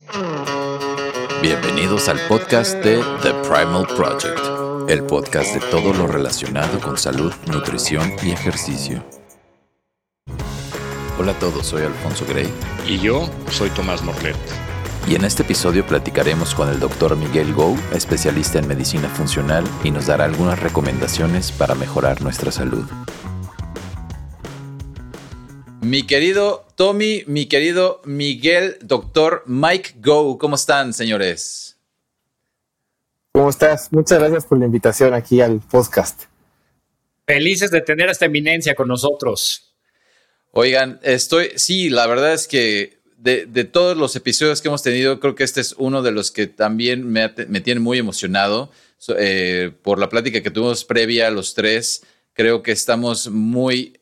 Bienvenidos al podcast de The Primal Project, el podcast de todo lo relacionado con salud, nutrición y ejercicio. Hola a todos, soy Alfonso Grey. Y yo soy Tomás Morlet. Y en este episodio platicaremos con el Dr. Miguel Go, especialista en medicina funcional, y nos dará algunas recomendaciones para mejorar nuestra salud. Mi querido Tommy, mi querido Miguel, Dr. Mike Go, ¿cómo están, señores? ¿Cómo estás? Muchas gracias por la invitación aquí al podcast. Felices de tener a esta eminencia con nosotros. Oigan, la verdad es que de todos los episodios que hemos tenido, creo que este es uno de los que también me tiene muy emocionado. Por la plática que tuvimos previa a los tres, creo que estamos muy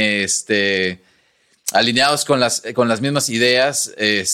alineados con las mismas ideas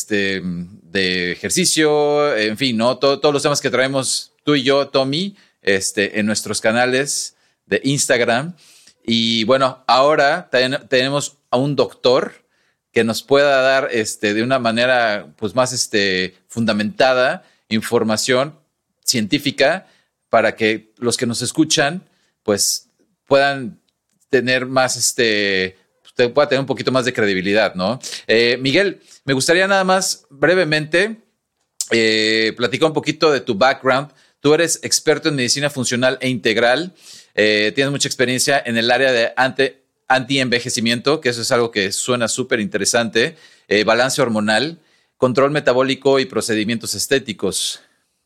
de ejercicio, en fin, ¿no? Todos los temas que traemos tú y yo, Tommy, en nuestros canales de Instagram. Y bueno, ahora tenemos a un doctor que nos pueda dar de una manera pues más fundamentada información científica para que los que nos escuchan pues puedan tener más pueda tener un poquito más de credibilidad, ¿no? Miguel, me gustaría nada más brevemente platicar un poquito de tu background. Tú eres experto en medicina funcional e integral. Tienes mucha experiencia en el área de anti-envejecimiento, que eso es algo que suena súper interesante, balance hormonal, control metabólico y procedimientos estéticos.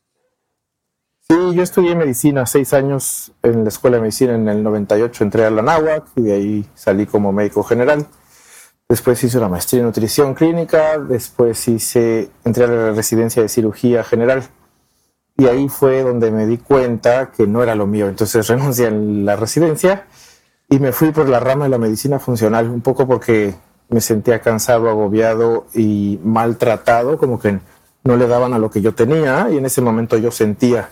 Sí, yo estudié medicina 6 años en la Escuela de Medicina. En el 98 entré a la Anáhuac y de ahí salí como médico general. Después hice una maestría en nutrición clínica, después entré a la residencia de cirugía general. Y ahí fue donde me di cuenta que no era lo mío. Entonces renuncié a la residencia y me fui por la rama de la medicina funcional, un poco porque me sentía cansado, agobiado y maltratado, como que no le daban a lo que yo tenía, y en ese momento yo sentía.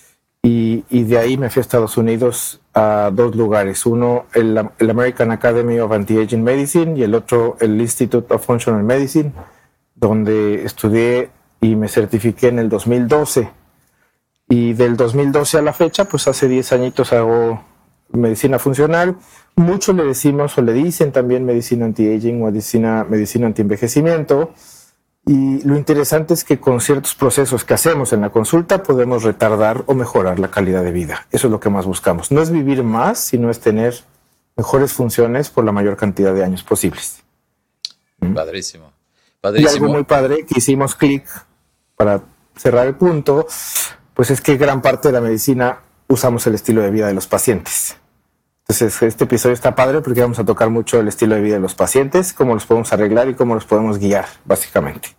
Y de ahí me fui a Estados Unidos a 2 lugares. Uno, el American Academy of Anti-Aging Medicine, y el otro, el Institute of Functional Medicine, donde estudié y me certifiqué en el 2012. Y del 2012 a la fecha, pues hace 10 añitos hago medicina funcional. Muchos le decimos o le dicen también medicina anti-aging o medicina anti-envejecimiento. Y lo interesante es que con ciertos procesos que hacemos en la consulta podemos retardar o mejorar la calidad de vida. Eso es lo que más buscamos. No es vivir más, sino es tener mejores funciones por la mayor cantidad de años posibles. Padrísimo. Y algo muy padre que hicimos clic para cerrar el punto, pues es que gran parte de la medicina usamos el estilo de vida de los pacientes. Entonces, este episodio está padre porque vamos a tocar mucho el estilo de vida de los pacientes, cómo los podemos arreglar y cómo los podemos guiar, básicamente.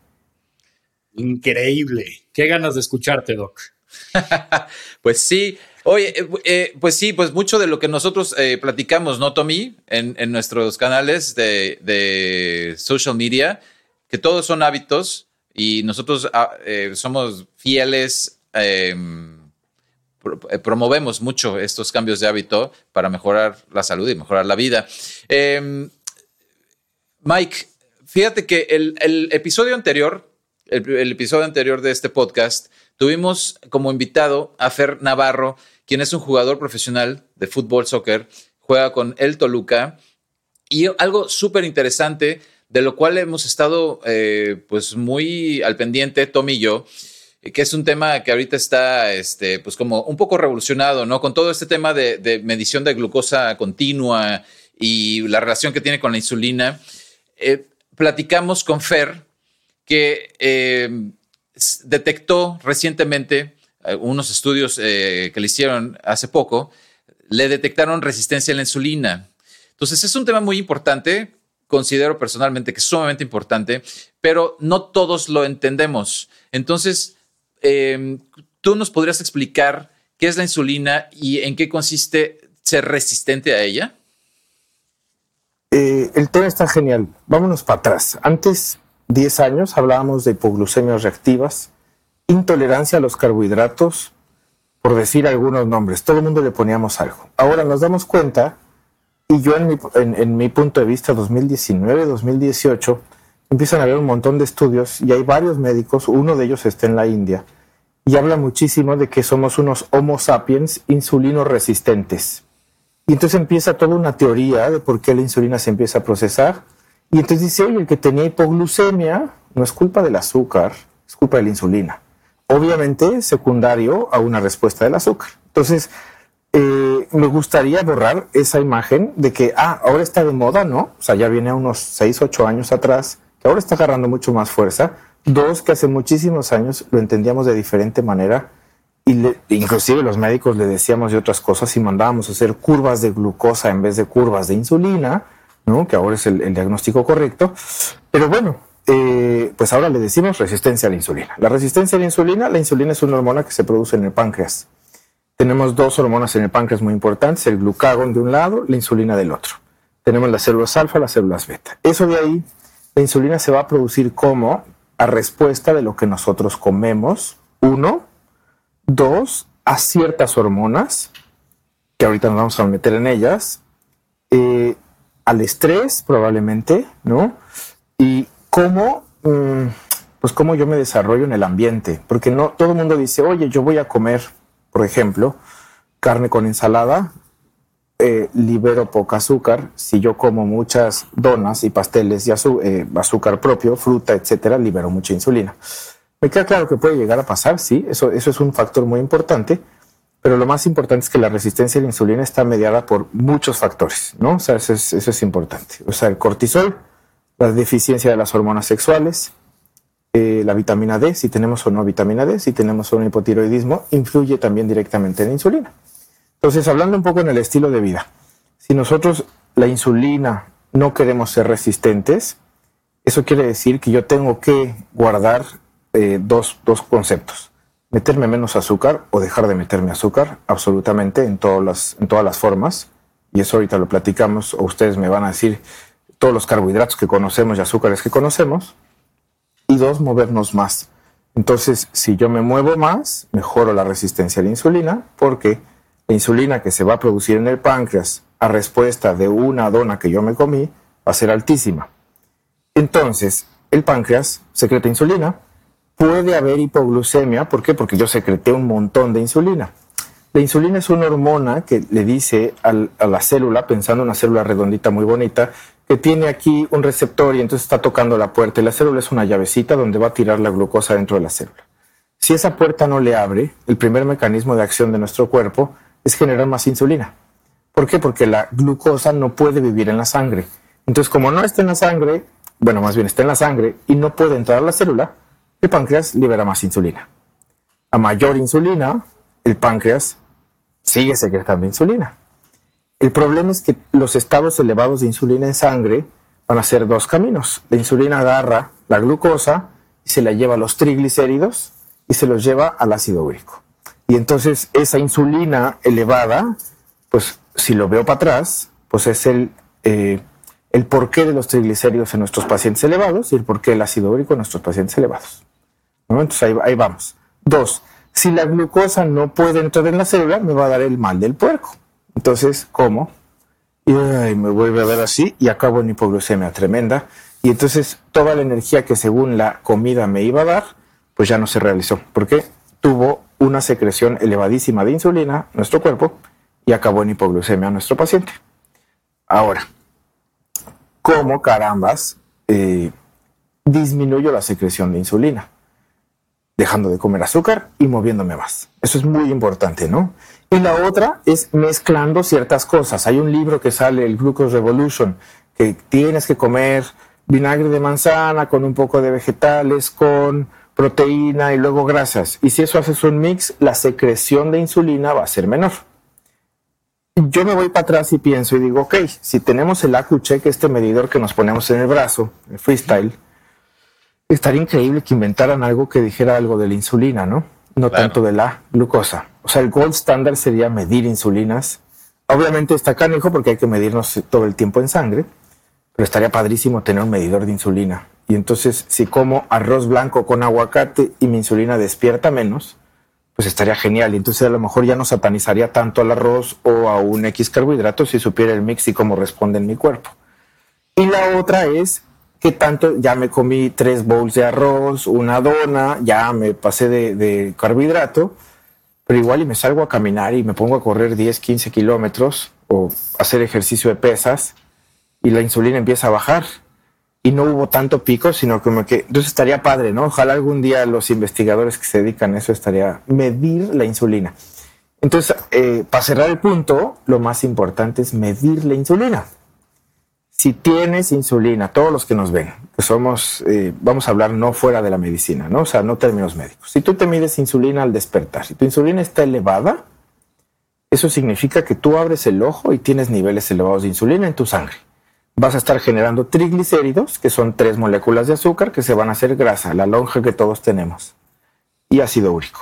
Increíble. Qué ganas de escucharte, Doc. Pues sí. Oye, pues mucho de lo que nosotros platicamos, ¿no, Tommy? En nuestros canales de social media, que todos son hábitos y nosotros somos fieles, promovemos mucho estos cambios de hábito para mejorar la salud y mejorar la vida. Mike, fíjate que el episodio anterior, el episodio anterior de este podcast, tuvimos como invitado a Fer Navarro, quien es un jugador profesional de fútbol, soccer, juega con el Toluca, y algo súper interesante, de lo cual hemos estado pues muy al pendiente, Tommy y yo, que es un tema que ahorita está pues como un poco revolucionado, ¿no? Con todo este tema de medición de glucosa continua y la relación que tiene con la insulina. Platicamos con Fer que detectó recientemente unos estudios que le hicieron hace poco, le detectaron resistencia a la insulina. Entonces es un tema muy importante, considero personalmente que es sumamente importante, pero no todos lo entendemos. Entonces, ¿tú nos podrías explicar qué es la insulina y en qué consiste ser resistente a ella? El tema está genial. Vámonos para atrás. Antes, 10 años, hablábamos de hipoglucemias reactivas, intolerancia a los carbohidratos, por decir algunos nombres. Todo el mundo le poníamos algo. Ahora nos damos cuenta, y yo en mi punto de vista, 2019, 2018, empiezan a haber un montón de estudios y hay varios médicos, uno de ellos está en la India, y habla muchísimo de que somos unos Homo sapiens insulino resistentes. Y entonces empieza toda una teoría de por qué la insulina se empieza a procesar. Y entonces dice, oye, el que tenía hipoglucemia no es culpa del azúcar, es culpa de la insulina. Obviamente secundario a una respuesta del azúcar. Entonces, me gustaría borrar esa imagen de que, ahora está de moda, ¿no? O sea, ya viene a unos 6, 8 años atrás, que ahora está agarrando mucho más fuerza. Dos, que hace muchísimos años lo entendíamos de diferente manera y inclusive los médicos le decíamos de otras cosas y mandábamos a hacer curvas de glucosa en vez de curvas de insulina, ¿no? Que ahora es el diagnóstico correcto. Pero bueno, pues ahora le decimos resistencia a la insulina. La resistencia a la insulina es una hormona que se produce en el páncreas. Tenemos dos hormonas en el páncreas muy importantes, el glucagón de un lado, la insulina del otro. Tenemos las células alfa, las células beta. Eso de ahí, la insulina se va a producir como a respuesta de lo que nosotros comemos, 1, 2, a ciertas hormonas, que ahorita nos vamos a meter en ellas, al estrés probablemente, ¿no? Y cómo yo me desarrollo en el ambiente, porque no todo el mundo dice, oye, yo voy a comer, por ejemplo, carne con ensalada, libero poca azúcar. Si yo como muchas donas y pasteles y azúcar propio, fruta, etcétera, libero mucha insulina. Me queda claro que puede llegar a pasar, sí, eso es un factor muy importante, pero lo más importante es que la resistencia a la insulina está mediada por muchos factores, ¿no? O sea, eso es importante. O sea, el cortisol, la deficiencia de las hormonas sexuales, la vitamina D, si tenemos o no vitamina D, si tenemos o no hipotiroidismo, influye también directamente en la insulina. Entonces, hablando un poco en el estilo de vida, si nosotros la insulina no queremos ser resistentes, eso quiere decir que yo tengo que guardar dos conceptos. Meterme menos azúcar o dejar de meterme azúcar, absolutamente, en todas las formas. Y eso ahorita lo platicamos, o ustedes me van a decir todos los carbohidratos que conocemos y azúcares que conocemos. Y dos, movernos más. Entonces, si yo me muevo más, mejoro la resistencia a la insulina, porque la insulina que se va a producir en el páncreas a respuesta de una dona que yo me comí va a ser altísima. Entonces, el páncreas secreta insulina. Puede haber hipoglucemia. ¿Por qué? Porque yo secreté un montón de insulina. La insulina es una hormona que le dice a la célula, pensando en una célula redondita muy bonita, que tiene aquí un receptor y entonces está tocando la puerta. Y la célula es una llavecita donde va a tirar la glucosa dentro de la célula. Si esa puerta no le abre, el primer mecanismo de acción de nuestro cuerpo es generar más insulina. ¿Por qué? Porque la glucosa no puede vivir en la sangre. Entonces, como no está en la sangre, bueno, más bien está en la sangre y no puede entrar a la célula, el páncreas libera más insulina. A mayor insulina, el páncreas sigue secretando insulina. El problema es que los estados elevados de insulina en sangre van a ser dos caminos. La insulina agarra la glucosa y se la lleva a los triglicéridos y se los lleva al ácido úrico. Y entonces esa insulina elevada, pues si lo veo para atrás, pues es el porqué de los triglicéridos en nuestros pacientes elevados y el porqué del ácido úrico en nuestros pacientes elevados, ¿no? Entonces ahí vamos. Dos, si la glucosa no puede entrar en la célula, me va a dar el mal del puerco. Entonces, ¿cómo? Y me vuelve a ver así y acabo en hipoglucemia tremenda. Y entonces toda la energía que según la comida me iba a dar, pues ya no se realizó. Porque tuvo una secreción elevadísima de insulina en nuestro cuerpo y acabó en hipoglucemia nuestro paciente. Ahora, ¿cómo carambas disminuyo la secreción de insulina? Dejando de comer azúcar y moviéndome más. Eso es muy importante, ¿no? Y la otra es mezclando ciertas cosas. Hay un libro que sale, el Glucose Revolution, que tienes que comer vinagre de manzana con un poco de vegetales, con proteína y luego grasas. Y si eso haces un mix, la secreción de insulina va a ser menor. Yo me voy para atrás y pienso y digo, ok, si tenemos el AcuCheck, este medidor que nos ponemos en el brazo, el Freestyle, estaría increíble que inventaran algo que dijera algo de la insulina, ¿no? No claro. Tanto de la glucosa. O sea, el gold standard sería medir insulinas. Obviamente está canijo porque hay que medirnos todo el tiempo en sangre, pero estaría padrísimo tener un medidor de insulina. Y entonces, si como arroz blanco con aguacate y mi insulina despierta menos, pues estaría genial. Y entonces a lo mejor ya no satanizaría tanto al arroz o a un X carbohidrato si supiera el mix y cómo responde en mi cuerpo. Y la otra es ¿Qué tanto? Ya me comí 3 bowls de arroz, una dona, ya me pasé de carbohidrato, pero igual y me salgo a caminar y me pongo a correr 10, 15 kilómetros o hacer ejercicio de pesas y la insulina empieza a bajar. Y no hubo tanto pico, sino como que... Entonces estaría padre, ¿no? Ojalá algún día los investigadores que se dedican a eso estaría medir la insulina. Entonces, para cerrar el punto, lo más importante es medir la insulina. Si tienes insulina, todos los que nos ven, que somos, vamos a hablar no fuera de la medicina, ¿no? O sea, no términos médicos. Si tú te mides insulina al despertar, si tu insulina está elevada, eso significa que tú abres el ojo y tienes niveles elevados de insulina en tu sangre. Vas a estar generando triglicéridos, que son 3 moléculas de azúcar que se van a hacer grasa, la lonja que todos tenemos, y ácido úrico.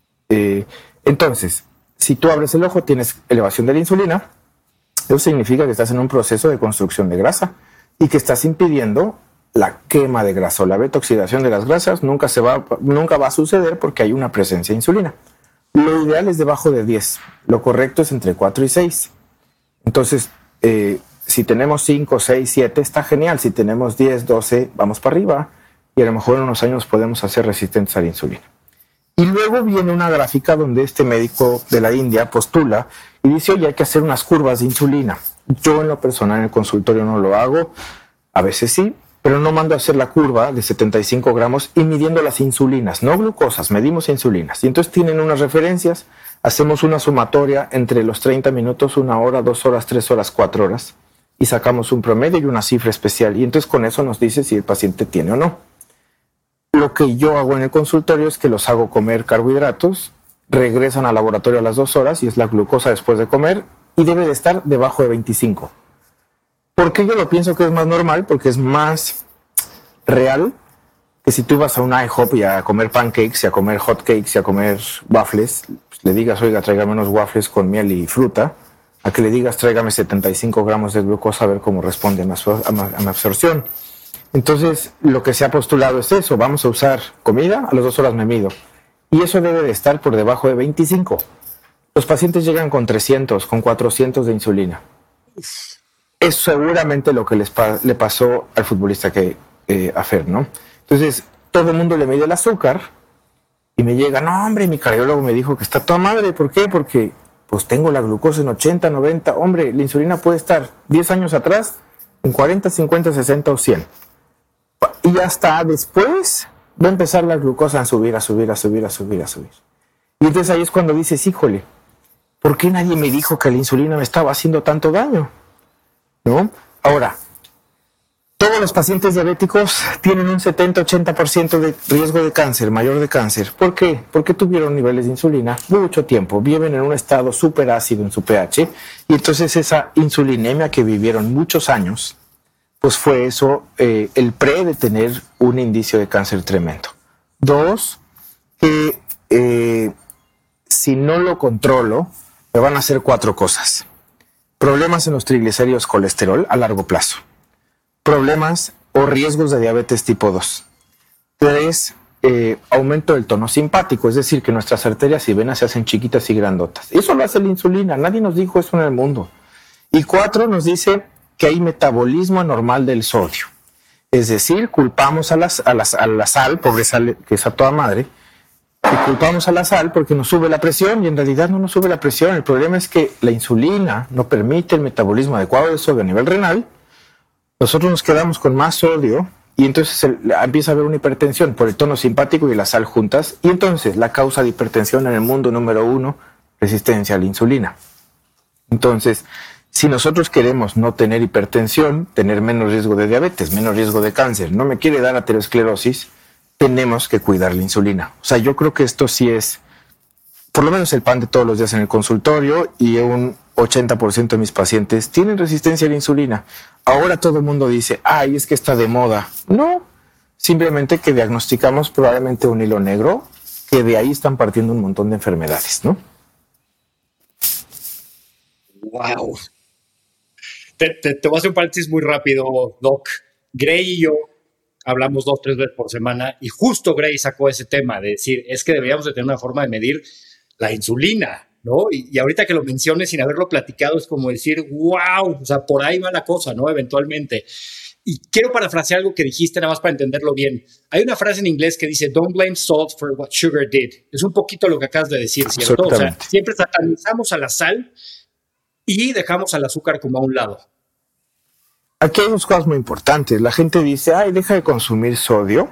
Entonces, si tú abres el ojo, tienes elevación de la insulina. Eso significa que estás en un proceso de construcción de grasa y que estás impidiendo la quema de grasa o la beta-oxidación de las grasas. Nunca va a suceder porque hay una presencia de insulina. Lo ideal es debajo de 10. Lo correcto es entre 4 y 6. Entonces, si tenemos 5, 6, 7, está genial. Si tenemos 10, 12, vamos para arriba y a lo mejor en unos años podemos hacer resistentes a la insulina. Y luego viene una gráfica donde este médico de la India postula y dice, oye, hay que hacer unas curvas de insulina. Yo en lo personal en el consultorio no lo hago, a veces sí, pero no mando a hacer la curva de 75 gramos y midiendo las insulinas, no glucosas, medimos insulinas. Y entonces tienen unas referencias, hacemos una sumatoria entre los 30 minutos, 1 hora, 2 horas, 3 horas, 4 horas y sacamos un promedio y una cifra especial. Y entonces con eso nos dice si el paciente tiene o no. Lo que yo hago en el consultorio es que los hago comer carbohidratos, regresan al laboratorio a las 2 horas y es la glucosa después de comer y debe de estar debajo de 25. ¿Por qué yo lo pienso que es más normal? Porque es más real que si tú vas a un IHOP y a comer pancakes y a comer hot cakes y a comer waffles, pues le digas, oiga, tráigame unos waffles con miel y fruta, a que le digas, tráigame 75 gramos de glucosa a ver cómo responde a mi absorción. Entonces, lo que se ha postulado es eso, vamos a usar comida, a las 2 horas me mido. Y eso debe de estar por debajo de 25. Los pacientes llegan con 300, con 400 de insulina. Es seguramente lo que le pasó al futbolista a Fer, ¿no? Entonces, todo el mundo le mide el azúcar y me llega, no, hombre, mi cardiólogo me dijo que está toda madre. ¿Por qué? Porque pues tengo la glucosa en 80, 90. Hombre, la insulina puede estar 10 años atrás en 40, 50, 60 o 100. Y hasta después va a empezar la glucosa a subir. Y entonces ahí es cuando dices, híjole, ¿por qué nadie me dijo que la insulina me estaba haciendo tanto daño? ¿No? Ahora, todos los pacientes diabéticos tienen un 70-80% de riesgo de cáncer, mayor de cáncer. ¿Por qué? Porque tuvieron niveles de insulina mucho tiempo, viven en un estado súper ácido en su pH, y entonces esa insulinemia que vivieron muchos años, pues fue eso, el pre de tener un indicio de cáncer tremendo. 2, que si no lo controlo, me van a hacer 4 cosas. Problemas en los triglicéridos, colesterol a largo plazo. Problemas o riesgos de diabetes tipo 2. 3, aumento del tono simpático, es decir, que nuestras arterias y venas se hacen chiquitas y grandotas. Eso lo hace la insulina, nadie nos dijo eso en el mundo. Y 4, nos dice que hay metabolismo anormal del sodio. Es decir, culpamos a la sal, pobre sal, que es a toda madre, y culpamos a la sal porque nos sube la presión, y en realidad no nos sube la presión. El problema es que la insulina no permite el metabolismo adecuado del sodio a nivel renal. Nosotros nos quedamos con más sodio y entonces empieza a haber una hipertensión por el tono simpático y la sal juntas. Y entonces la causa de hipertensión en el mundo número 1, resistencia a la insulina. Entonces, si nosotros queremos no tener hipertensión, tener menos riesgo de diabetes, menos riesgo de cáncer, no me quiere dar aterosclerosis, tenemos que cuidar la insulina. O sea, yo creo que esto sí es, por lo menos el pan de todos los días en el consultorio, y un 80% de mis pacientes tienen resistencia a la insulina. Ahora todo el mundo dice, ay, es que está de moda. No, simplemente que diagnosticamos probablemente un hilo negro, que de ahí están partiendo un montón de enfermedades, ¿no? Wow. Te voy a hacer un paréntesis muy rápido, Doc. Gray y yo hablamos 2-3 veces por semana y justo Gray sacó ese tema de decir, es que deberíamos de tener una forma de medir la insulina, ¿no? Y ahorita que lo menciones sin haberlo platicado es como decir, wow, o sea, por ahí va la cosa, ¿no? Eventualmente. Y quiero parafrasear algo que dijiste nada más para entenderlo bien. Hay una frase en inglés que dice, don't blame salt for what sugar did. Es un poquito lo que acabas de decir, ¿cierto? O sea, siempre satanizamos a la sal y dejamos al azúcar como a un lado. Aquí hay dos cosas muy importantes. La gente dice, ay, deja de consumir sodio.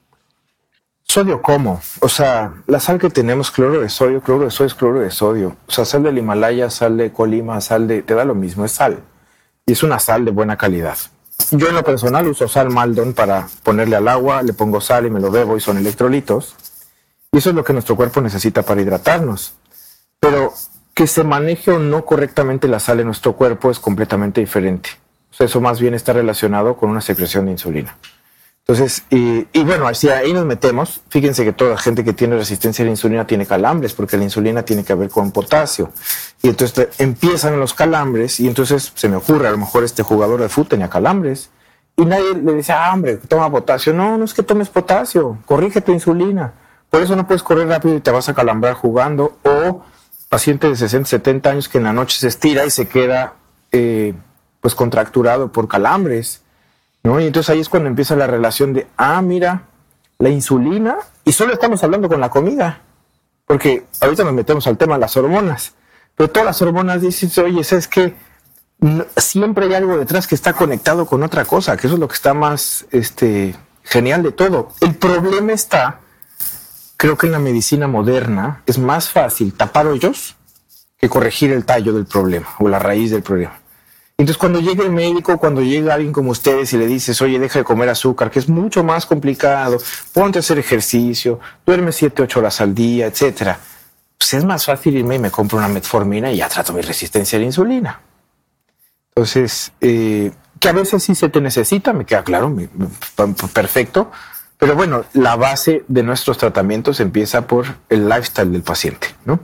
¿Sodio cómo? O sea, la sal que tenemos, cloro de sodio es cloro de sodio. O sea, sal del Himalaya, sal de Colima, te da lo mismo, es sal. Y es una sal de buena calidad. Yo en lo personal uso sal Maldon para ponerle al agua, le pongo sal y me lo bebo y son electrolitos. Y eso es lo que nuestro cuerpo necesita para hidratarnos. Pero que se maneje o no correctamente la sal en nuestro cuerpo es completamente diferente. O sea, eso más bien está relacionado con una secreción de insulina. Entonces, y bueno, si ahí nos metemos, fíjense que toda la gente que tiene resistencia a la insulina tiene calambres, porque la insulina tiene que ver con potasio. Y entonces empiezan los calambres, y entonces se me ocurre, a lo mejor este jugador de fútbol tenía calambres, y nadie le dice, hombre, toma potasio. No, no es que tomes potasio, corrige tu insulina. Por eso no puedes correr rápido y te vas a calambrar jugando. O paciente de 60, 70 años que en la noche se estira y se queda pues contracturado por calambres, ¿no? Y entonces ahí es cuando empieza la relación de, mira, la insulina, y solo estamos hablando con la comida, porque ahorita nos metemos al tema de las hormonas, pero todas las hormonas dicen, oye, ¿sabes qué? Siempre hay algo detrás que está conectado con otra cosa, que eso es lo que está más genial de todo. El problema está, creo que en la medicina moderna es más fácil tapar hoyos que corregir el tallo del problema o la raíz del problema. Entonces, cuando llega el médico, cuando llega alguien como ustedes y le dices, oye, deja de comer azúcar, que es mucho más complicado, ponte a hacer ejercicio, duerme 7, 8 horas al día, etcétera, pues es más fácil irme y me compro una metformina y ya trato mi resistencia a la insulina. Entonces, que a veces sí se te necesita, me queda claro, perfecto, pero bueno, la base de nuestros tratamientos empieza por el lifestyle del paciente, ¿no?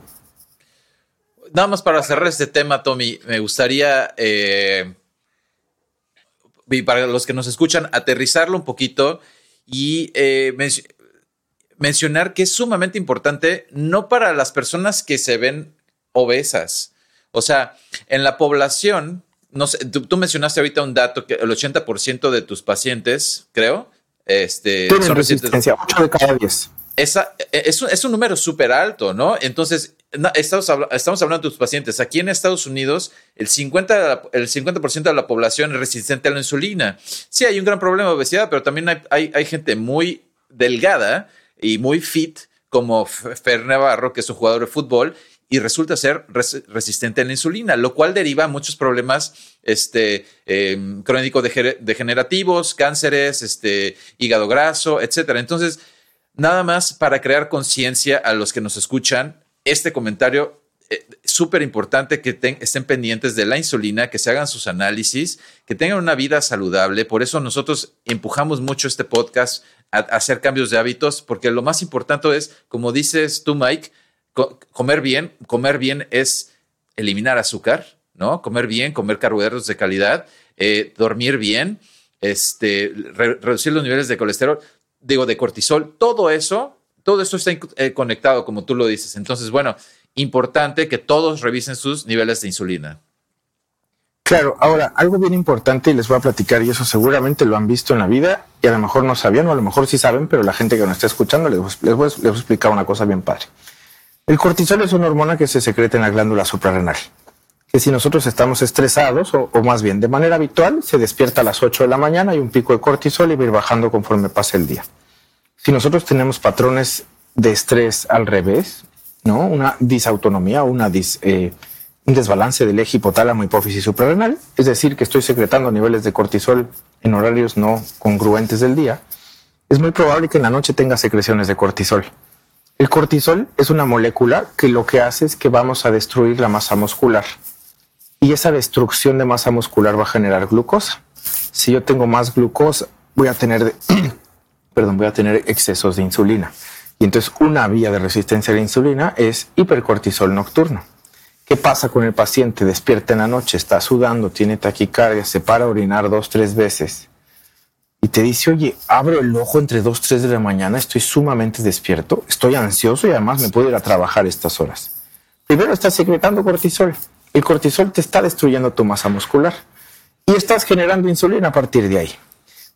Nada más para cerrar este tema, Tommy, me gustaría, y para los que nos escuchan, aterrizarlo un poquito y mencionar que es sumamente importante, no para las personas que se ven obesas. O sea, en la población, no sé, tú mencionaste ahorita un dato que el 80% de tus pacientes, creo, son resistencia, 8 de cada 10. Es un número súper alto, ¿no? Entonces, estamos hablando de tus pacientes. Aquí en Estados Unidos, el 50% de la población es resistente a la insulina. Sí, hay un gran problema de obesidad, pero también hay gente muy delgada y muy fit, como Fer Navarro, que es un jugador de fútbol, y resulta ser resistente a la insulina, lo cual deriva muchos problemas crónico-degenerativos, cánceres, hígado graso, etcétera. Entonces, nada más para crear conciencia a los que nos escuchan, este comentario súper importante, que estén pendientes de la insulina, que se hagan sus análisis, que tengan una vida saludable. Por eso nosotros empujamos mucho este podcast a hacer cambios de hábitos, porque lo más importante es, como dices tú, Mike, comer bien. Comer bien es eliminar azúcar, ¿no? Comer bien, comer carbohidratos de calidad, dormir bien, reducir los niveles de colesterol, de cortisol, todo eso está conectado, como tú lo dices. Entonces, bueno, importante que todos revisen sus niveles de insulina. Claro, ahora, algo bien importante, y les voy a platicar, y eso seguramente lo han visto en la vida, y a lo mejor no sabían, o a lo mejor sí saben, pero la gente que nos está escuchando, les voy a explicar una cosa bien padre. El cortisol es una hormona que se secreta en la glándula suprarrenal, que si nosotros estamos estresados, o más bien de manera habitual, se despierta a las 8 de la mañana, hay un pico de cortisol y va a ir bajando conforme pasa el día. Si nosotros tenemos patrones de estrés al revés, ¿no? Una disautonomía, un desbalance del eje hipotálamo, hipófisis suprarrenal, es decir, que estoy secretando niveles de cortisol en horarios no congruentes del día, es muy probable que en la noche tenga secreciones de cortisol. El cortisol es una molécula que lo que hace es que vamos a destruir la masa muscular, y esa destrucción de masa muscular va a generar glucosa. Si yo tengo más glucosa, voy a tener excesos de insulina. Y entonces una vía de resistencia a la insulina es hipercortisol nocturno. ¿Qué pasa con el paciente? Despierta en la noche, está sudando, tiene taquicardia, se para a orinar 2-3 veces y te dice, oye, abro el ojo entre 2-3 de la mañana, estoy sumamente despierto, estoy ansioso y además me puedo ir a trabajar estas horas. Primero estás secretando cortisol. El cortisol te está destruyendo tu masa muscular y estás generando insulina a partir de ahí.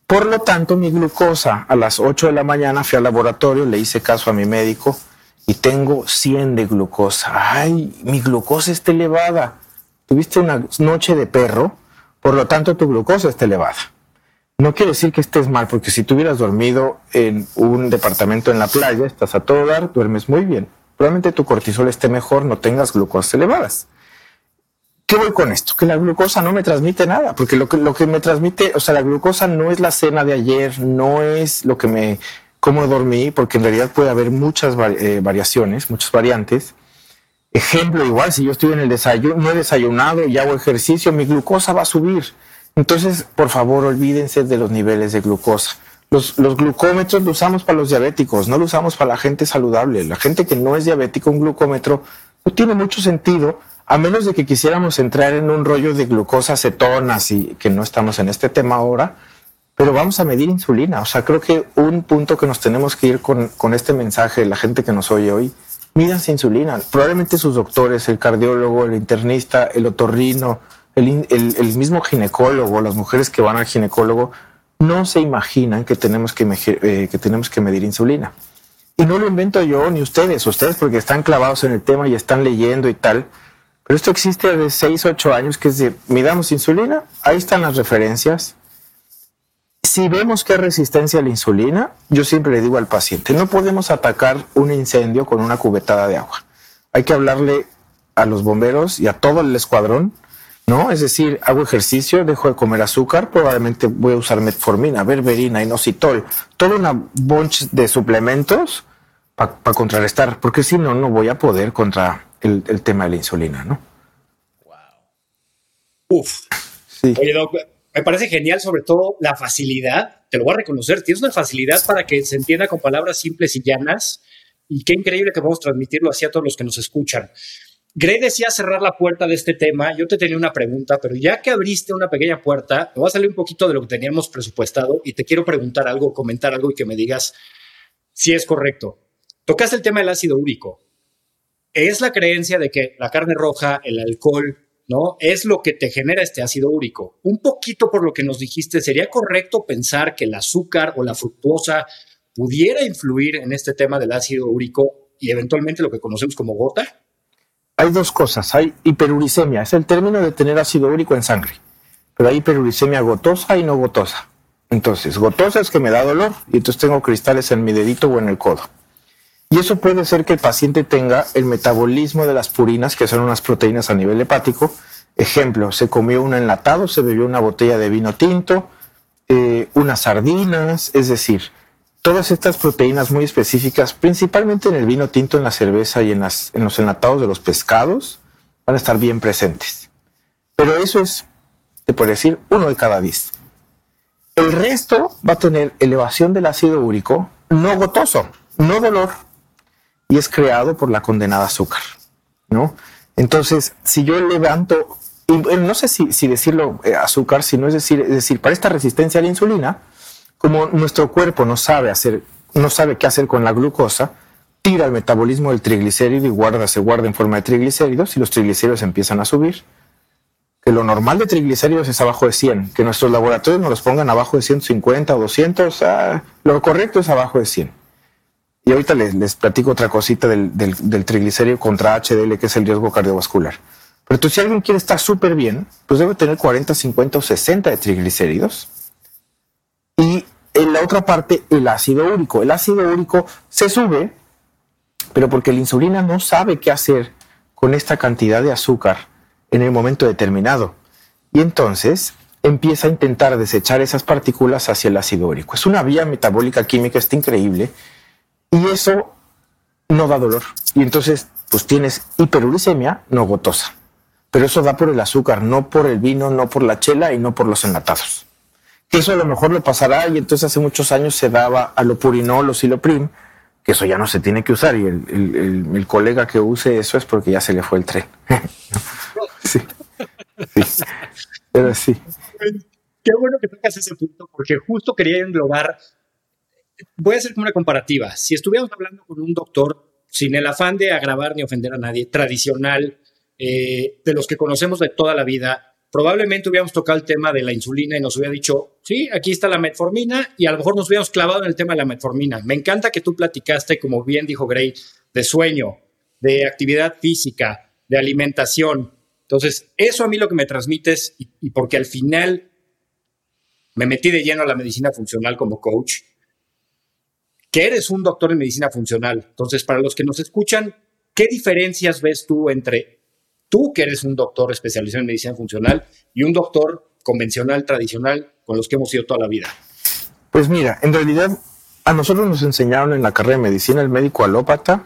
Por lo tanto, mi glucosa a las 8 de la mañana fui al laboratorio, le hice caso a mi médico y tengo 100 de glucosa. ¡Ay, mi glucosa está elevada! Tuviste una noche de perro, por lo tanto tu glucosa está elevada. No quiere decir que estés mal, porque si tú hubieras dormido en un departamento en la playa, estás a todo dar, duermes muy bien. Probablemente tu cortisol esté mejor, no tengas glucosas elevadas. ¿Qué voy con esto? Que la glucosa no me transmite nada, porque lo que me transmite, o sea, la glucosa no es la cena de ayer, no es lo que cómo dormí, porque en realidad puede haber muchas variaciones, muchas variantes. Ejemplo, igual, si yo estoy en el desayuno, no he desayunado y hago ejercicio, mi glucosa va a subir. Entonces, por favor, olvídense de los niveles de glucosa. Los glucómetros los usamos para los diabéticos, no los usamos para la gente saludable. La gente que no es diabética, un glucómetro no tiene mucho sentido, a menos de que quisiéramos entrar en un rollo de glucosa cetonas y que no estamos en este tema ahora, pero vamos a medir insulina. O sea, creo que un punto que nos tenemos que ir con este mensaje, la gente que nos oye hoy, mídanse insulina. Probablemente sus doctores, el cardiólogo, el internista, el otorrino, el mismo ginecólogo, las mujeres que van al ginecólogo, no se imaginan que tenemos que medir insulina. Y no lo invento yo ni ustedes porque están clavados en el tema y están leyendo y tal. Pero esto existe desde 6 o 8 años, que es de, midamos insulina, ahí están las referencias. Si vemos que hay resistencia a la insulina, yo siempre le digo al paciente, no podemos atacar un incendio con una cubetada de agua. Hay que hablarle a los bomberos y a todo el escuadrón, ¿no? Es decir, hago ejercicio, dejo de comer azúcar, probablemente voy a usar metformina, berberina, inositol, toda una bunch de suplementos para contrarrestar, porque si no, no voy a poder contra el tema de la insulina, ¿no? Wow. Uf. Sí. Oye, Doc, me parece genial, sobre todo la facilidad, te lo voy a reconocer, tienes una facilidad para que se entienda con palabras simples y llanas, y qué increíble que podemos transmitirlo así a todos los que nos escuchan. Gray decía cerrar la puerta de este tema, yo te tenía una pregunta, pero ya que abriste una pequeña puerta, me voy a salir un poquito de lo que teníamos presupuestado y te quiero preguntar algo, comentar algo y que me digas si es correcto. Tocaste el tema del ácido úrico. Es la creencia de que la carne roja, el alcohol, ¿no? Es lo que te genera este ácido úrico. Un poquito por lo que nos dijiste, ¿sería correcto pensar que el azúcar o la fructosa pudiera influir en este tema del ácido úrico y eventualmente lo que conocemos como gota? Hay dos cosas. Hay hiperuricemia, es el término de tener ácido úrico en sangre. Pero hay hiperuricemia gotosa y no gotosa. Entonces, gotosa es que me da dolor y entonces tengo cristales en mi dedito o en el codo. Y eso puede ser que el paciente tenga el metabolismo de las purinas, que son unas proteínas a nivel hepático. Ejemplo, se comió un enlatado, se bebió una botella de vino tinto, unas sardinas, es decir, todas estas proteínas muy específicas, principalmente en el vino tinto, en la cerveza y en los enlatados de los pescados, van a estar bien presentes. Pero eso es, te puedo decir, 1 de cada 10. El resto va a tener elevación del ácido úrico, no gotoso, no dolor, y es creado por la condenada azúcar, ¿no? Entonces, si yo levanto, no sé si decirlo azúcar, sino es decir, para esta resistencia a la insulina, como nuestro cuerpo no sabe qué hacer con la glucosa, tira el metabolismo del triglicérido y se guarda en forma de triglicéridos y los triglicéridos empiezan a subir. Que lo normal de triglicéridos es abajo de 100, que nuestros laboratorios nos los pongan abajo de 150 o 200, lo correcto es abajo de 100. Y ahorita les platico otra cosita del triglicérido contra HDL, que es el riesgo cardiovascular. Pero entonces, si alguien quiere estar súper bien, pues debe tener 40, 50 o 60 de triglicéridos. Y en la otra parte, el ácido úrico. El ácido úrico se sube, pero porque la insulina no sabe qué hacer con esta cantidad de azúcar en el momento determinado. Y entonces empieza a intentar desechar esas partículas hacia el ácido úrico. Es una vía metabólica química, está increíble. Y eso no da dolor. Y entonces, pues tienes hiperuricemia no gotosa. Pero eso da por el azúcar, no por el vino, no por la chela y no por los enlatados. Que eso a lo mejor le pasará y entonces hace muchos años se daba alopurinol o siloprim, que eso ya no se tiene que usar y el colega que use eso es porque ya se le fue el tren. Sí. Pero sí. Qué bueno que tocas ese punto porque justo quería englobar. Voy a hacer como una comparativa. Si estuviéramos hablando con un doctor, sin el afán de agravar ni ofender a nadie, tradicional, de los que conocemos de toda la vida, probablemente hubiéramos tocado el tema de la insulina y nos hubiera dicho, sí, aquí está la metformina, y a lo mejor nos hubiéramos clavado en el tema de la metformina. Me encanta que tú platicaste, como bien dijo Gray, de sueño, de actividad física, de alimentación. Entonces, eso a mí lo que me transmites, y porque al final me metí de lleno a la medicina funcional como coach, que eres un doctor en medicina funcional. Entonces, para los que nos escuchan, ¿qué diferencias ves tú entre tú, que eres un doctor especializado en medicina funcional, y un doctor convencional, tradicional, con los que hemos ido toda la vida? Pues mira, en realidad a nosotros nos enseñaron en la carrera de medicina, el médico alópata,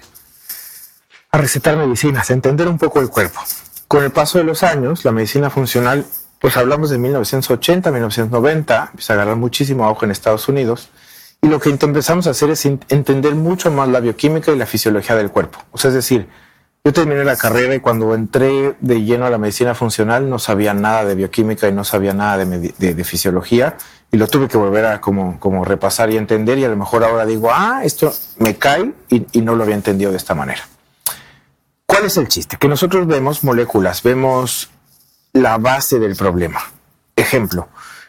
a recetar medicinas, a entender un poco el cuerpo. Con el paso de los años, la medicina funcional, pues hablamos de 1980, 1990, empieza a agarrar muchísimo auge en Estados Unidos, y lo que empezamos a hacer es entender mucho más la bioquímica y la fisiología del cuerpo. O sea, es decir, yo terminé la carrera y cuando entré de lleno a la medicina funcional no sabía nada de bioquímica y no sabía nada de fisiología, y lo tuve que volver a como repasar y entender, y a lo mejor ahora digo, esto me cae y no lo había entendido de esta manera. ¿Cuál es el chiste? Que nosotros vemos moléculas, vemos la base del problema. Ejemplo,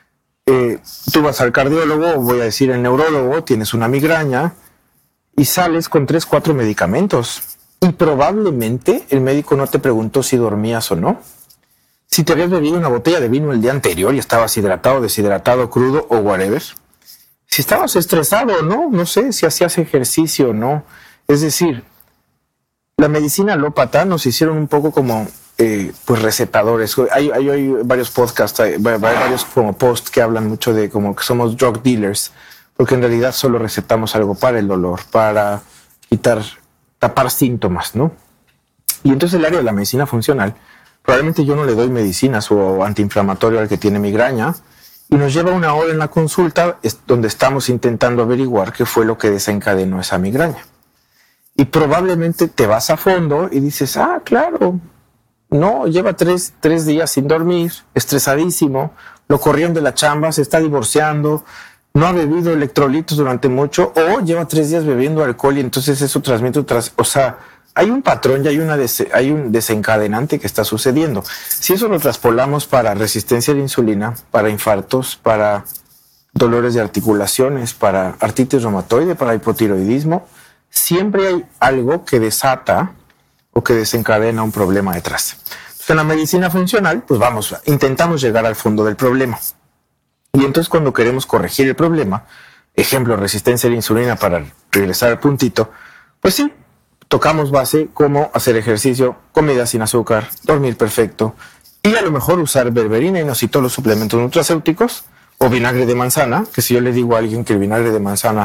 tú vas al cardiólogo, voy a decir el neurólogo, tienes una migraña y sales con 3, 4 medicamentos. Y probablemente el médico no te preguntó si dormías o no. Si te habías bebido una botella de vino el día anterior y estabas hidratado, deshidratado, crudo o whatever. Si estabas estresado o no, no sé, si hacías ejercicio o no. Es decir, la medicina alópata nos hicieron un poco como pues recetadores. Hay varios podcasts, hay varios como posts que hablan mucho de como que somos drug dealers, porque en realidad solo recetamos algo para el dolor, para tapar síntomas, ¿no? Y entonces el área de la medicina funcional, probablemente yo no le doy medicinas o antiinflamatorio al que tiene migraña, y nos lleva una hora en la consulta donde estamos intentando averiguar qué fue lo que desencadenó esa migraña. Y probablemente te vas a fondo y dices, claro, no, lleva 3 días sin dormir, estresadísimo, lo corrieron de la chamba, se está divorciando, no ha bebido electrolitos durante mucho, o lleva 3 días bebiendo alcohol y entonces eso transmite o sea, hay un patrón y hay un desencadenante que está sucediendo. Si eso lo traspolamos para resistencia a la insulina, para infartos, para dolores de articulaciones, para artritis reumatoide, para hipotiroidismo, siempre hay algo que desata o que desencadena un problema detrás. Entonces, en la medicina funcional, pues intentamos llegar al fondo del problema. Y entonces cuando queremos corregir el problema, ejemplo, resistencia a la insulina para regresar al puntito, pues sí, tocamos base como hacer ejercicio, comida sin azúcar, dormir perfecto, y a lo mejor usar berberina, inositol, los suplementos nutracéuticos, o vinagre de manzana, que si yo le digo a alguien que el vinagre de manzana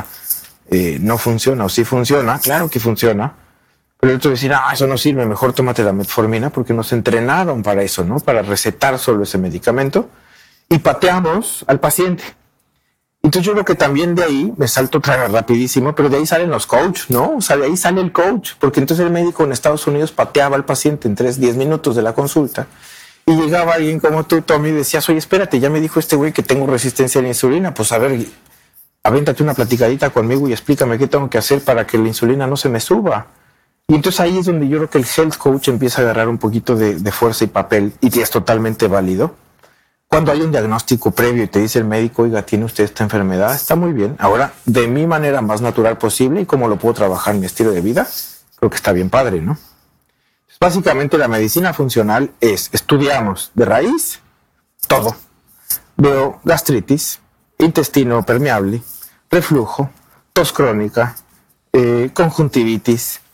no funciona o sí funciona, claro que funciona, pero el otro decir, eso no sirve, mejor tómate la metformina, porque nos entrenaron para eso, ¿no? Para recetar solo ese medicamento, y pateamos al paciente. Entonces yo creo que también de ahí, me salto rapidísimo, pero de ahí salen los coaches, ¿no? O sea, de ahí sale el coach, porque entonces el médico en Estados Unidos pateaba al paciente en 10 minutos de la consulta, y llegaba alguien como tú, Tommy, y decías, oye, espérate, ya me dijo este güey que tengo resistencia a la insulina, pues a ver, avéntate una platicadita conmigo y explícame qué tengo que hacer para que la insulina no se me suba. Y entonces ahí es donde yo creo que el health coach empieza a agarrar un poquito de fuerza y papel, y es totalmente válido. Cuando hay un diagnóstico previo y te dice el médico, oiga, tiene usted esta enfermedad, está muy bien. Ahora, de mi manera más natural posible y cómo lo puedo trabajar en mi estilo de vida, creo que está bien padre, ¿no? Básicamente la medicina funcional estudiamos de raíz todo. Veo gastritis, intestino permeable, reflujo, tos crónica, conjuntivitis,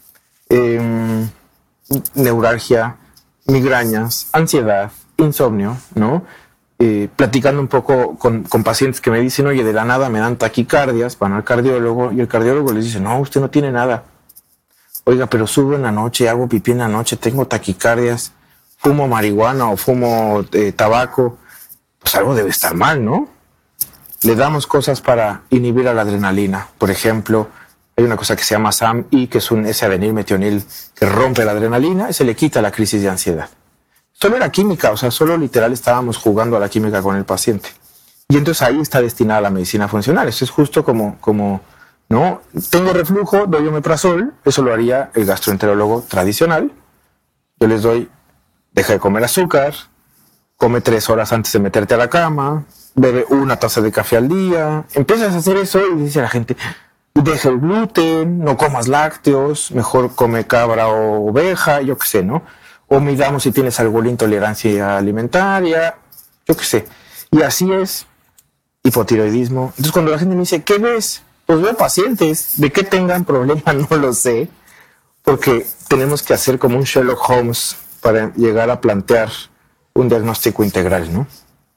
neuralgia, migrañas, ansiedad, insomnio, ¿no? Platicando un poco con pacientes que me dicen, oye, de la nada me dan taquicardias, van al cardiólogo y el cardiólogo les dice, no, usted no tiene nada. Oiga, pero subo en la noche, hago pipí en la noche, tengo taquicardias, fumo marihuana o fumo tabaco, pues algo debe estar mal, ¿no? Le damos cosas para inhibir a la adrenalina. Por ejemplo, hay una cosa que se llama SAM-I, que es un S-adenil metionil que rompe la adrenalina y se le quita la crisis de ansiedad. Solo era química, o sea, solo literal estábamos jugando a la química con el paciente. Y entonces ahí está destinada la medicina funcional. Eso es justo como ¿no? Tengo reflujo, doy omeprazol, eso lo haría el gastroenterólogo tradicional. Yo les doy, deja de comer azúcar, come 3 horas antes de meterte a la cama, bebe 1 taza de café al día. Empiezas a hacer eso y dice la gente, deja el gluten, no comas lácteos, mejor come cabra o oveja, yo qué sé, ¿no? O midamos si tienes alguna intolerancia alimentaria, yo qué sé. Y así es, hipotiroidismo. Entonces cuando la gente me dice, ¿qué ves? Pues veo pacientes, de qué tengan problema no lo sé, porque tenemos que hacer como un Sherlock Holmes para llegar a plantear un diagnóstico integral, ¿no?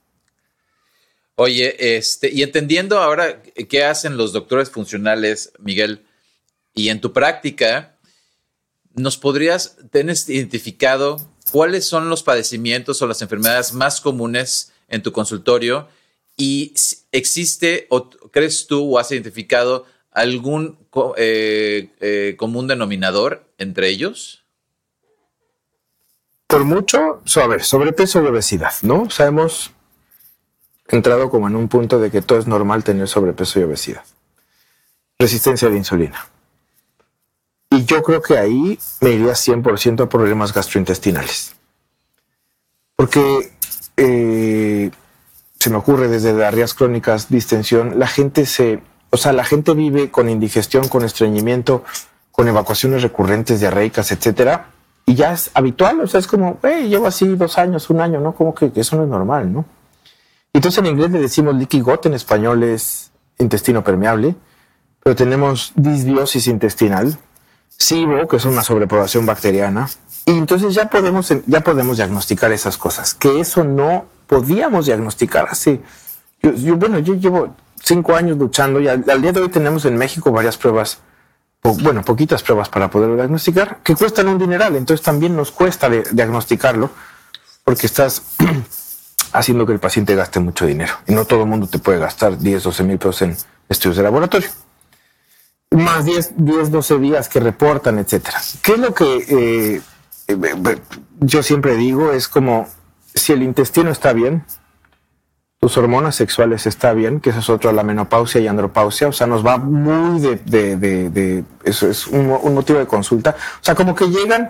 Oye, y entendiendo ahora qué hacen los doctores funcionales, Miguel, y en tu práctica, ¿tienes identificado cuáles son los padecimientos o las enfermedades más comunes en tu consultorio? ¿Y existe o crees tú o has identificado algún común denominador entre ellos? Por mucho, sobrepeso y obesidad, ¿no? O sea, hemos entrado como en un punto de que todo es normal tener sobrepeso y obesidad. Resistencia a la insulina. Y yo creo que ahí me iría 100% a problemas gastrointestinales. Porque se me ocurre desde diarreas crónicas, distensión, la gente vive con indigestión, con estreñimiento, con evacuaciones recurrentes, diarreicas, etcétera, y ya es habitual, o sea, es como, llevo así 2 años, 1 año, ¿no? Como que eso no es normal, ¿no? Entonces en inglés le decimos leaky gut, en español es intestino permeable, pero tenemos disbiosis intestinal, SIBO, que es una sobrepoblación bacteriana, y entonces ya podemos diagnosticar esas cosas, que eso no podíamos diagnosticar hace... Yo llevo 5 años luchando y al día de hoy tenemos en México varias pruebas, poquitas pruebas para poderlo diagnosticar, que cuestan un dineral, entonces también nos cuesta diagnosticarlo, porque estás haciendo que el paciente gaste mucho dinero. Y no todo el mundo te puede gastar 10, 12 mil pesos en estudios de laboratorio. Más 10, 12 días que reportan, etcétera. ¿Qué es lo que yo siempre digo? Es como, si el intestino está bien, tus hormonas sexuales están bien, que eso es otro, la menopausia y andropausia, o sea, nos va muy eso es un motivo de consulta. O sea, como que llegan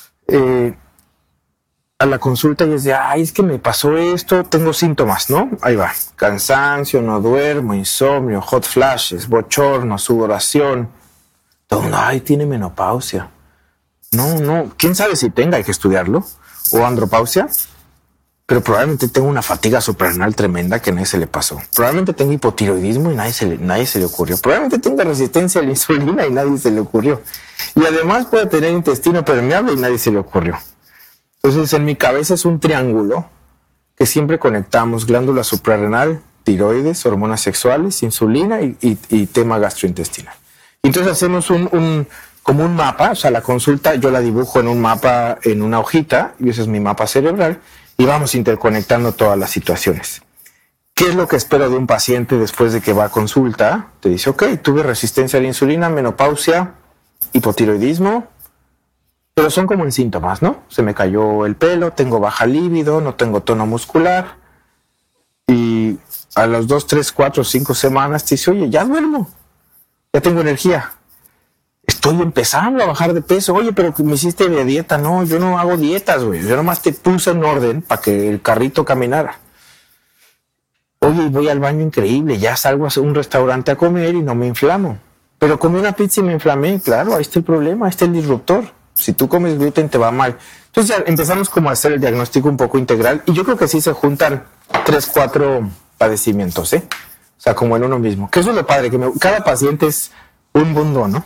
a la consulta y es de, es que me pasó esto, tengo síntomas, ¿no? Ahí va, cansancio, no duermo, insomnio, hot flashes, bochorno, sudoración. Todo el mundo, tiene menopausia. No, quién sabe si hay que estudiarlo, o andropausia, pero probablemente tenga una fatiga suprarrenal tremenda que a nadie se le pasó. Probablemente tenga hipotiroidismo y nadie se le ocurrió. Probablemente tenga resistencia a la insulina y nadie se le ocurrió. Y además puede tener intestino permeable y nadie se le ocurrió. Entonces, en mi cabeza es un triángulo que siempre conectamos glándula suprarrenal, tiroides, hormonas sexuales, insulina y tema gastrointestinal. Entonces hacemos como un mapa, o sea, la consulta yo la dibujo en un mapa, en una hojita, y ese es mi mapa cerebral, y vamos interconectando todas las situaciones. ¿Qué es lo que espero de un paciente después de que va a consulta? Te dice, tuve resistencia a la insulina, menopausia, hipotiroidismo, pero son como en síntomas, ¿no? Se me cayó el pelo, tengo baja libido, no tengo tono muscular. Y a las 2, 3, 4, 5 semanas te dice, oye, ya duermo, ya tengo energía. Estoy empezando a bajar de peso. Oye, pero me hiciste de dieta. No, yo no hago dietas, güey. Yo nomás te puse en orden para que el carrito caminara. Oye, voy al baño increíble. Ya salgo a un restaurante a comer y no me inflamo. Pero comí una pizza y me inflamé. Claro, ahí está el problema, ahí está el disruptor. Si tú comes gluten te va mal. Entonces ya empezamos como a hacer el diagnóstico un poco integral y yo creo que sí se juntan 3, 4 padecimientos, ¿eh? O sea, como en uno mismo. Que eso es lo padre, que cada paciente es un mundo, ¿no?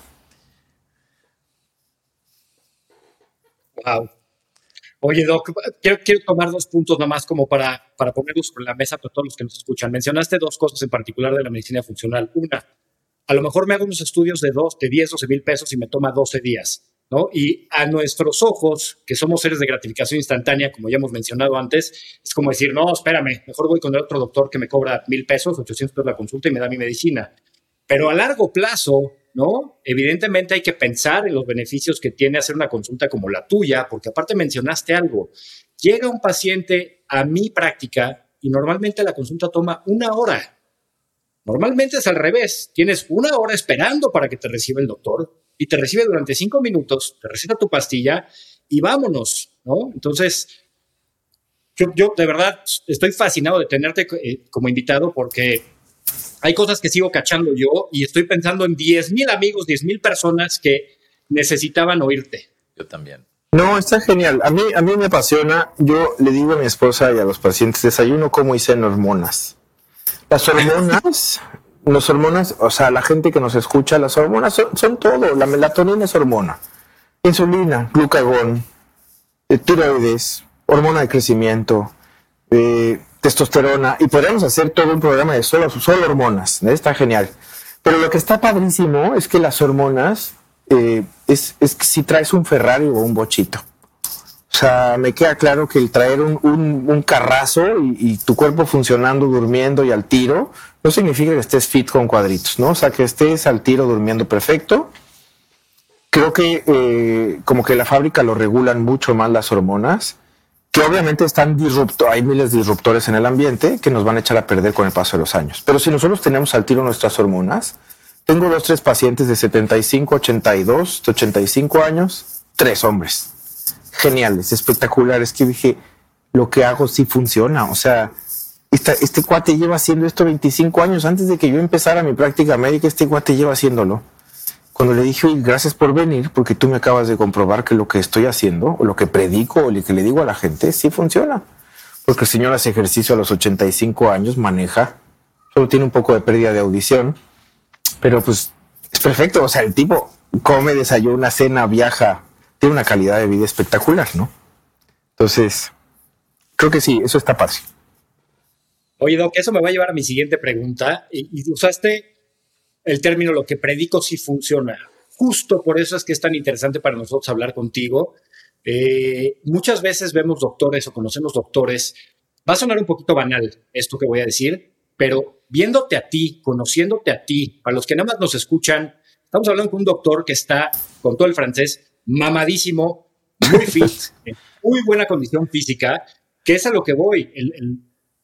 Wow. Oye, Doc, quiero tomar 2 puntos nomás como para ponerlos sobre la mesa para todos los que nos escuchan. Mencionaste 2 cosas en particular de la medicina funcional. Una, a lo mejor me hago unos estudios de 10, 12 mil pesos y me toma 12 días. ¿No? Y a nuestros ojos, que somos seres de gratificación instantánea, como ya hemos mencionado antes, es como decir, no, espérame, mejor voy con el otro doctor que me cobra 1,000 pesos, 800 pesos la consulta y me da mi medicina. Pero a largo plazo, ¿no? Evidentemente hay que pensar en los beneficios que tiene hacer una consulta como la tuya, porque aparte mencionaste algo. Llega un paciente a mi práctica y normalmente la consulta toma 1 hora. Normalmente es al revés. Tienes 1 hora esperando para que te reciba el doctor y te recibe durante 5 minutos, te receta tu pastilla y vámonos, ¿no? Entonces, Yo de verdad estoy fascinado de tenerte como invitado porque hay cosas que sigo cachando yo y estoy pensando en 10,000 amigos, 10,000 personas que necesitaban oírte. Yo también. No, está genial. A mí me apasiona. Yo le digo a mi esposa y a los pacientes, desayuno como dicen hormonas. Las hormonas, o sea, la gente que nos escucha, las hormonas son todo. La melatonina es hormona. Insulina, glucagón, tiroides, hormona de crecimiento, testosterona, y podríamos hacer todo un programa de solo hormonas, está genial. Pero lo que está padrísimo es que las hormonas es que si traes un Ferrari o un bochito. O sea, me queda claro que el traer un carrazo y tu cuerpo funcionando, durmiendo y al tiro, no significa que estés fit con cuadritos, ¿no? O sea, que estés al tiro durmiendo perfecto. Creo que como que la fábrica lo regulan mucho más las hormonas, que obviamente hay miles de disruptores en el ambiente que nos van a echar a perder con el paso de los años. Pero si nosotros tenemos al tiro nuestras hormonas, tengo 2-3 pacientes de 75, 82, 85 años, 3 hombres. Geniales, espectaculares, que dije, lo que hago sí funciona. O sea, este cuate lleva haciendo esto 25 años. Antes de que yo empezara mi práctica médica, este cuate lleva haciéndolo. Cuando le dije, gracias por venir, porque tú me acabas de comprobar que lo que estoy haciendo, o lo que predico, o lo que le digo a la gente, sí funciona. Porque el señor hace ejercicio a los 85 años, maneja, solo tiene un poco de pérdida de audición, pero pues es perfecto. O sea, el tipo come, desayuna, cena, viaja, tiene una calidad de vida espectacular, ¿no? Entonces, creo que sí, eso está padre. Oye, Doc, eso me va a llevar a mi siguiente pregunta. Y usaste el término lo que predico sí funciona. Justo por eso es que es tan interesante para nosotros hablar contigo. Muchas veces vemos doctores o conocemos doctores. Va a sonar un poquito banal esto que voy a decir, pero viéndote a ti, conociéndote a ti, para los que nada más nos escuchan, estamos hablando con un doctor que está, con todo el francés, mamadísimo, muy fit, en muy buena condición física, que es a lo que voy. El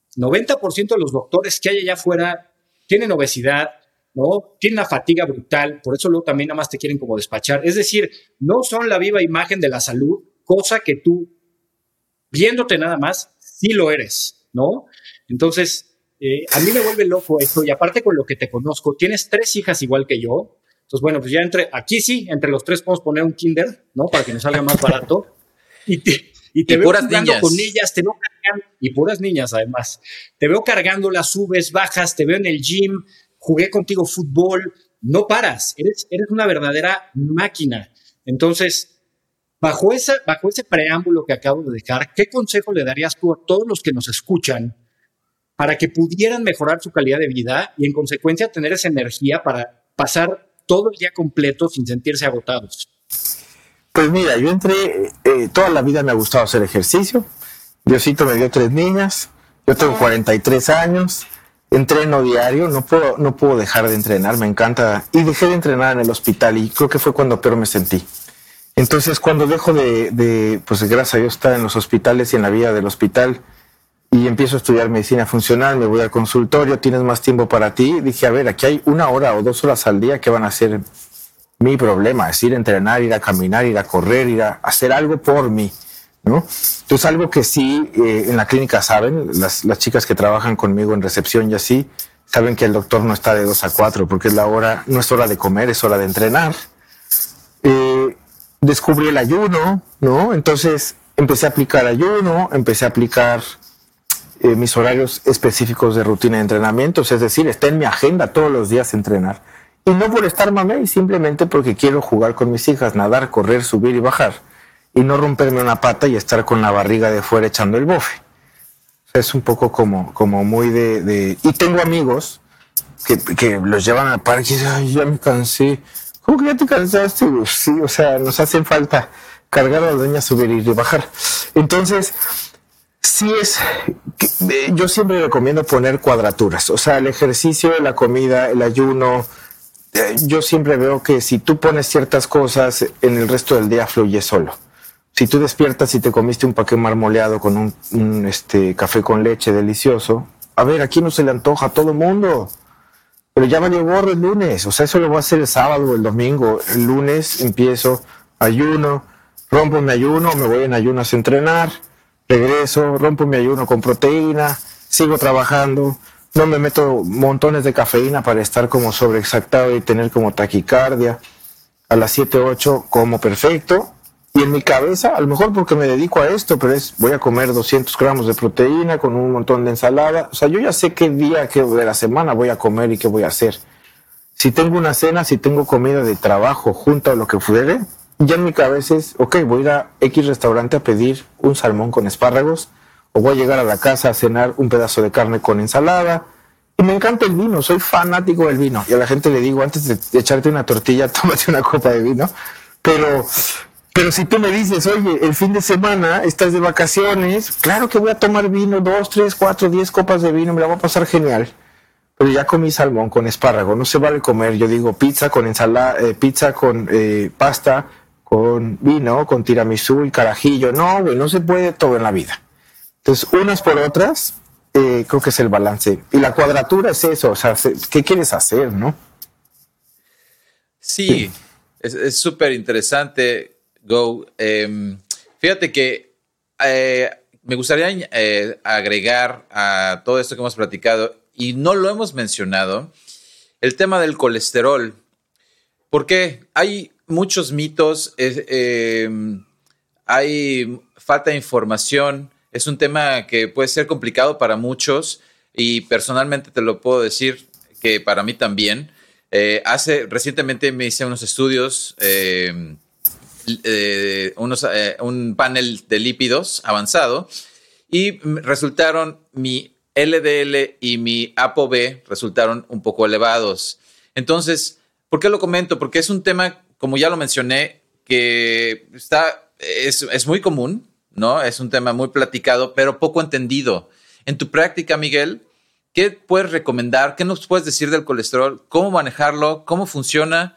90% de los doctores que hay allá afuera tienen obesidad, ¿no? Tienen una fatiga brutal, por eso luego también nada más te quieren como despachar. Es decir, no son la viva imagen de la salud, cosa que tú, viéndote nada más, sí lo eres, ¿no? Entonces, a mí me vuelve loco esto, y aparte con lo que te conozco, tienes 3 hijas igual que yo. Entonces, bueno, pues ya entre los 3 podemos poner un kinder, ¿no? Para que nos salga más barato. Y te veo jugando con ellas, te veo cargando, y puras niñas además. Te veo cargándolas, subes, bajas, te veo en el gym, jugué contigo fútbol, no paras, eres una verdadera máquina. Entonces, bajo ese preámbulo que acabo de dejar, ¿qué consejo le darías tú a todos los que nos escuchan para que pudieran mejorar su calidad de vida y en consecuencia tener esa energía para pasar todo el día completo sin sentirse agotados? Pues mira, yo entré, toda la vida me ha gustado hacer ejercicio. Diosito me dio 3 niñas, yo tengo 43 años, entreno diario, no puedo dejar de entrenar, me encanta. Y dejé de entrenar en el hospital y creo que fue cuando peor me sentí. Entonces, cuando dejo pues gracias a Dios, estar en los hospitales y en la vida del hospital y empiezo a estudiar medicina funcional, me voy al consultorio, tienes más tiempo para ti. Dije, a ver, aquí hay 1 hora o 2 horas al día que van a ser mi problema, es ir a entrenar, ir a caminar, ir a correr, ir a hacer algo por mí, ¿no? Entonces, algo que sí en la clínica saben, las chicas que trabajan conmigo en recepción y así, saben que el doctor no está de 2 a 4 porque no es hora de comer, es hora de entrenar. Descubrí el ayuno, ¿no? Entonces empecé a aplicar ayuno, empecé a aplicar mis horarios específicos de rutina de entrenamiento, es decir, está en mi agenda todos los días entrenar. Y no por estar mamey, simplemente porque quiero jugar con mis hijas, nadar, correr, subir y bajar. Y no romperme una pata y estar con la barriga de fuera echando el bofe. O sea, es un poco como muy de... Y tengo amigos que los llevan al parque y dicen, ay, ya me cansé. ¿Cómo que ya te cansaste? Sí, o sea, nos hacen falta cargar a la doña, subir y bajar. Entonces, sí yo siempre recomiendo poner cuadraturas. O sea, el ejercicio, la comida, el ayuno... Yo siempre veo que si tú pones ciertas cosas, en el resto del día fluye solo. Si tú despiertas y te comiste un paquete marmoleado con un café con leche delicioso, a ver, aquí no se le antoja a todo mundo. Pero ya valió gorro el lunes, o sea, eso lo voy a hacer el sábado o el domingo. El lunes empiezo ayuno, rompo mi ayuno, me voy en ayunas a entrenar, regreso, rompo mi ayuno con proteína, sigo trabajando, no me meto montones de cafeína para estar como sobreexactado y tener como taquicardia. A las 7, 8 como perfecto. Y en mi cabeza, a lo mejor porque me dedico a esto, pero voy a comer 200 gramos de proteína con un montón de ensalada. O sea, yo ya sé qué día de la semana voy a comer y qué voy a hacer. Si tengo una cena, si tengo comida de trabajo junto a lo que fuere, ya en mi cabeza es, ok, voy a ir a X restaurante a pedir un salmón con espárragos, o voy a llegar a la casa a cenar un pedazo de carne con ensalada. Y me encanta el vino, soy fanático del vino. Y a la gente le digo, antes de echarte una tortilla, tómate una copa de vino. Pero si tú me dices, oye, el fin de semana estás de vacaciones, claro que voy a tomar vino, 2, 3, 4, 10 copas de vino, me la voy a pasar genial. Pero ya comí salmón con espárrago, no se vale comer, yo digo pizza con ensalada, pizza con pasta, con vino, con tiramisú y carajillo. No, güey, no se puede todo en la vida. Entonces, unas por otras, creo que es el balance. Y la cuadratura es eso, o sea, ¿qué quieres hacer, no? Sí, es súper interesante, Go. Fíjate que me gustaría agregar a todo esto que hemos platicado, y no lo hemos mencionado, el tema del colesterol. Porque hay muchos mitos, hay falta de información. Es un tema que puede ser complicado para muchos, y personalmente te lo puedo decir que para mí también. Recientemente me hice unos estudios, un panel de lípidos avanzado, y resultaron mi LDL y mi ApoB resultaron un poco elevados. Entonces, ¿por qué lo comento? Porque es un tema, como ya lo mencioné, que es muy común, ¿no? Es un tema muy platicado, pero poco entendido. En tu práctica, Miguel, ¿qué puedes recomendar? ¿Qué nos puedes decir del colesterol? ¿Cómo manejarlo? ¿Cómo funciona?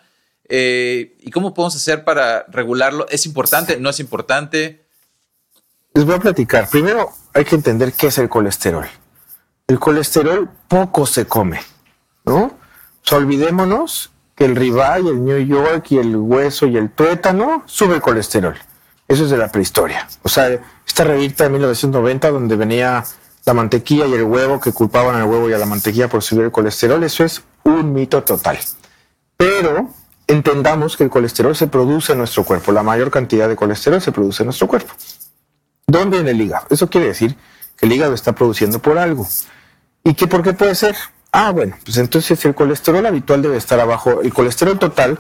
¿Y cómo podemos hacer para regularlo? ¿Es importante? ¿No es importante? Les voy a platicar. Primero hay que entender qué es el colesterol. El colesterol poco se come, ¿no? O sea, olvidémonos que el ribeye, el New York y el hueso y el tuétano sube el colesterol. Eso es de la prehistoria. O sea, esta revista de 1990 donde venía la mantequilla y el huevo, que culpaban al huevo y a la mantequilla por subir el colesterol, eso es un mito total. Pero entendamos que el colesterol se produce en nuestro cuerpo. La mayor cantidad de colesterol se produce en nuestro cuerpo. ¿Dónde? En el hígado. Eso quiere decir que el hígado está produciendo por algo. ¿Y qué por qué puede ser? Bueno, pues entonces el colesterol habitual debe estar abajo. El colesterol total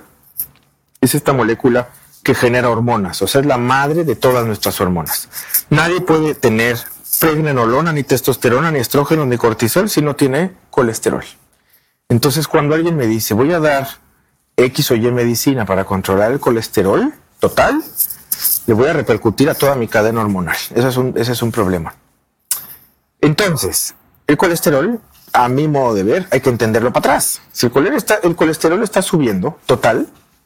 es esta molécula que genera hormonas, o sea, es la madre de todas nuestras hormonas. Nadie puede tener pregnenolona, ni testosterona, ni estrógeno, ni cortisol si no tiene colesterol. Entonces, cuando alguien me dice, voy a dar X o Y medicina para controlar el colesterol total, le voy a repercutir a toda mi cadena hormonal. Ese es un problema. Entonces, el colesterol, a mi modo de ver, hay que entenderlo para atrás. Si el colesterol está subiendo total,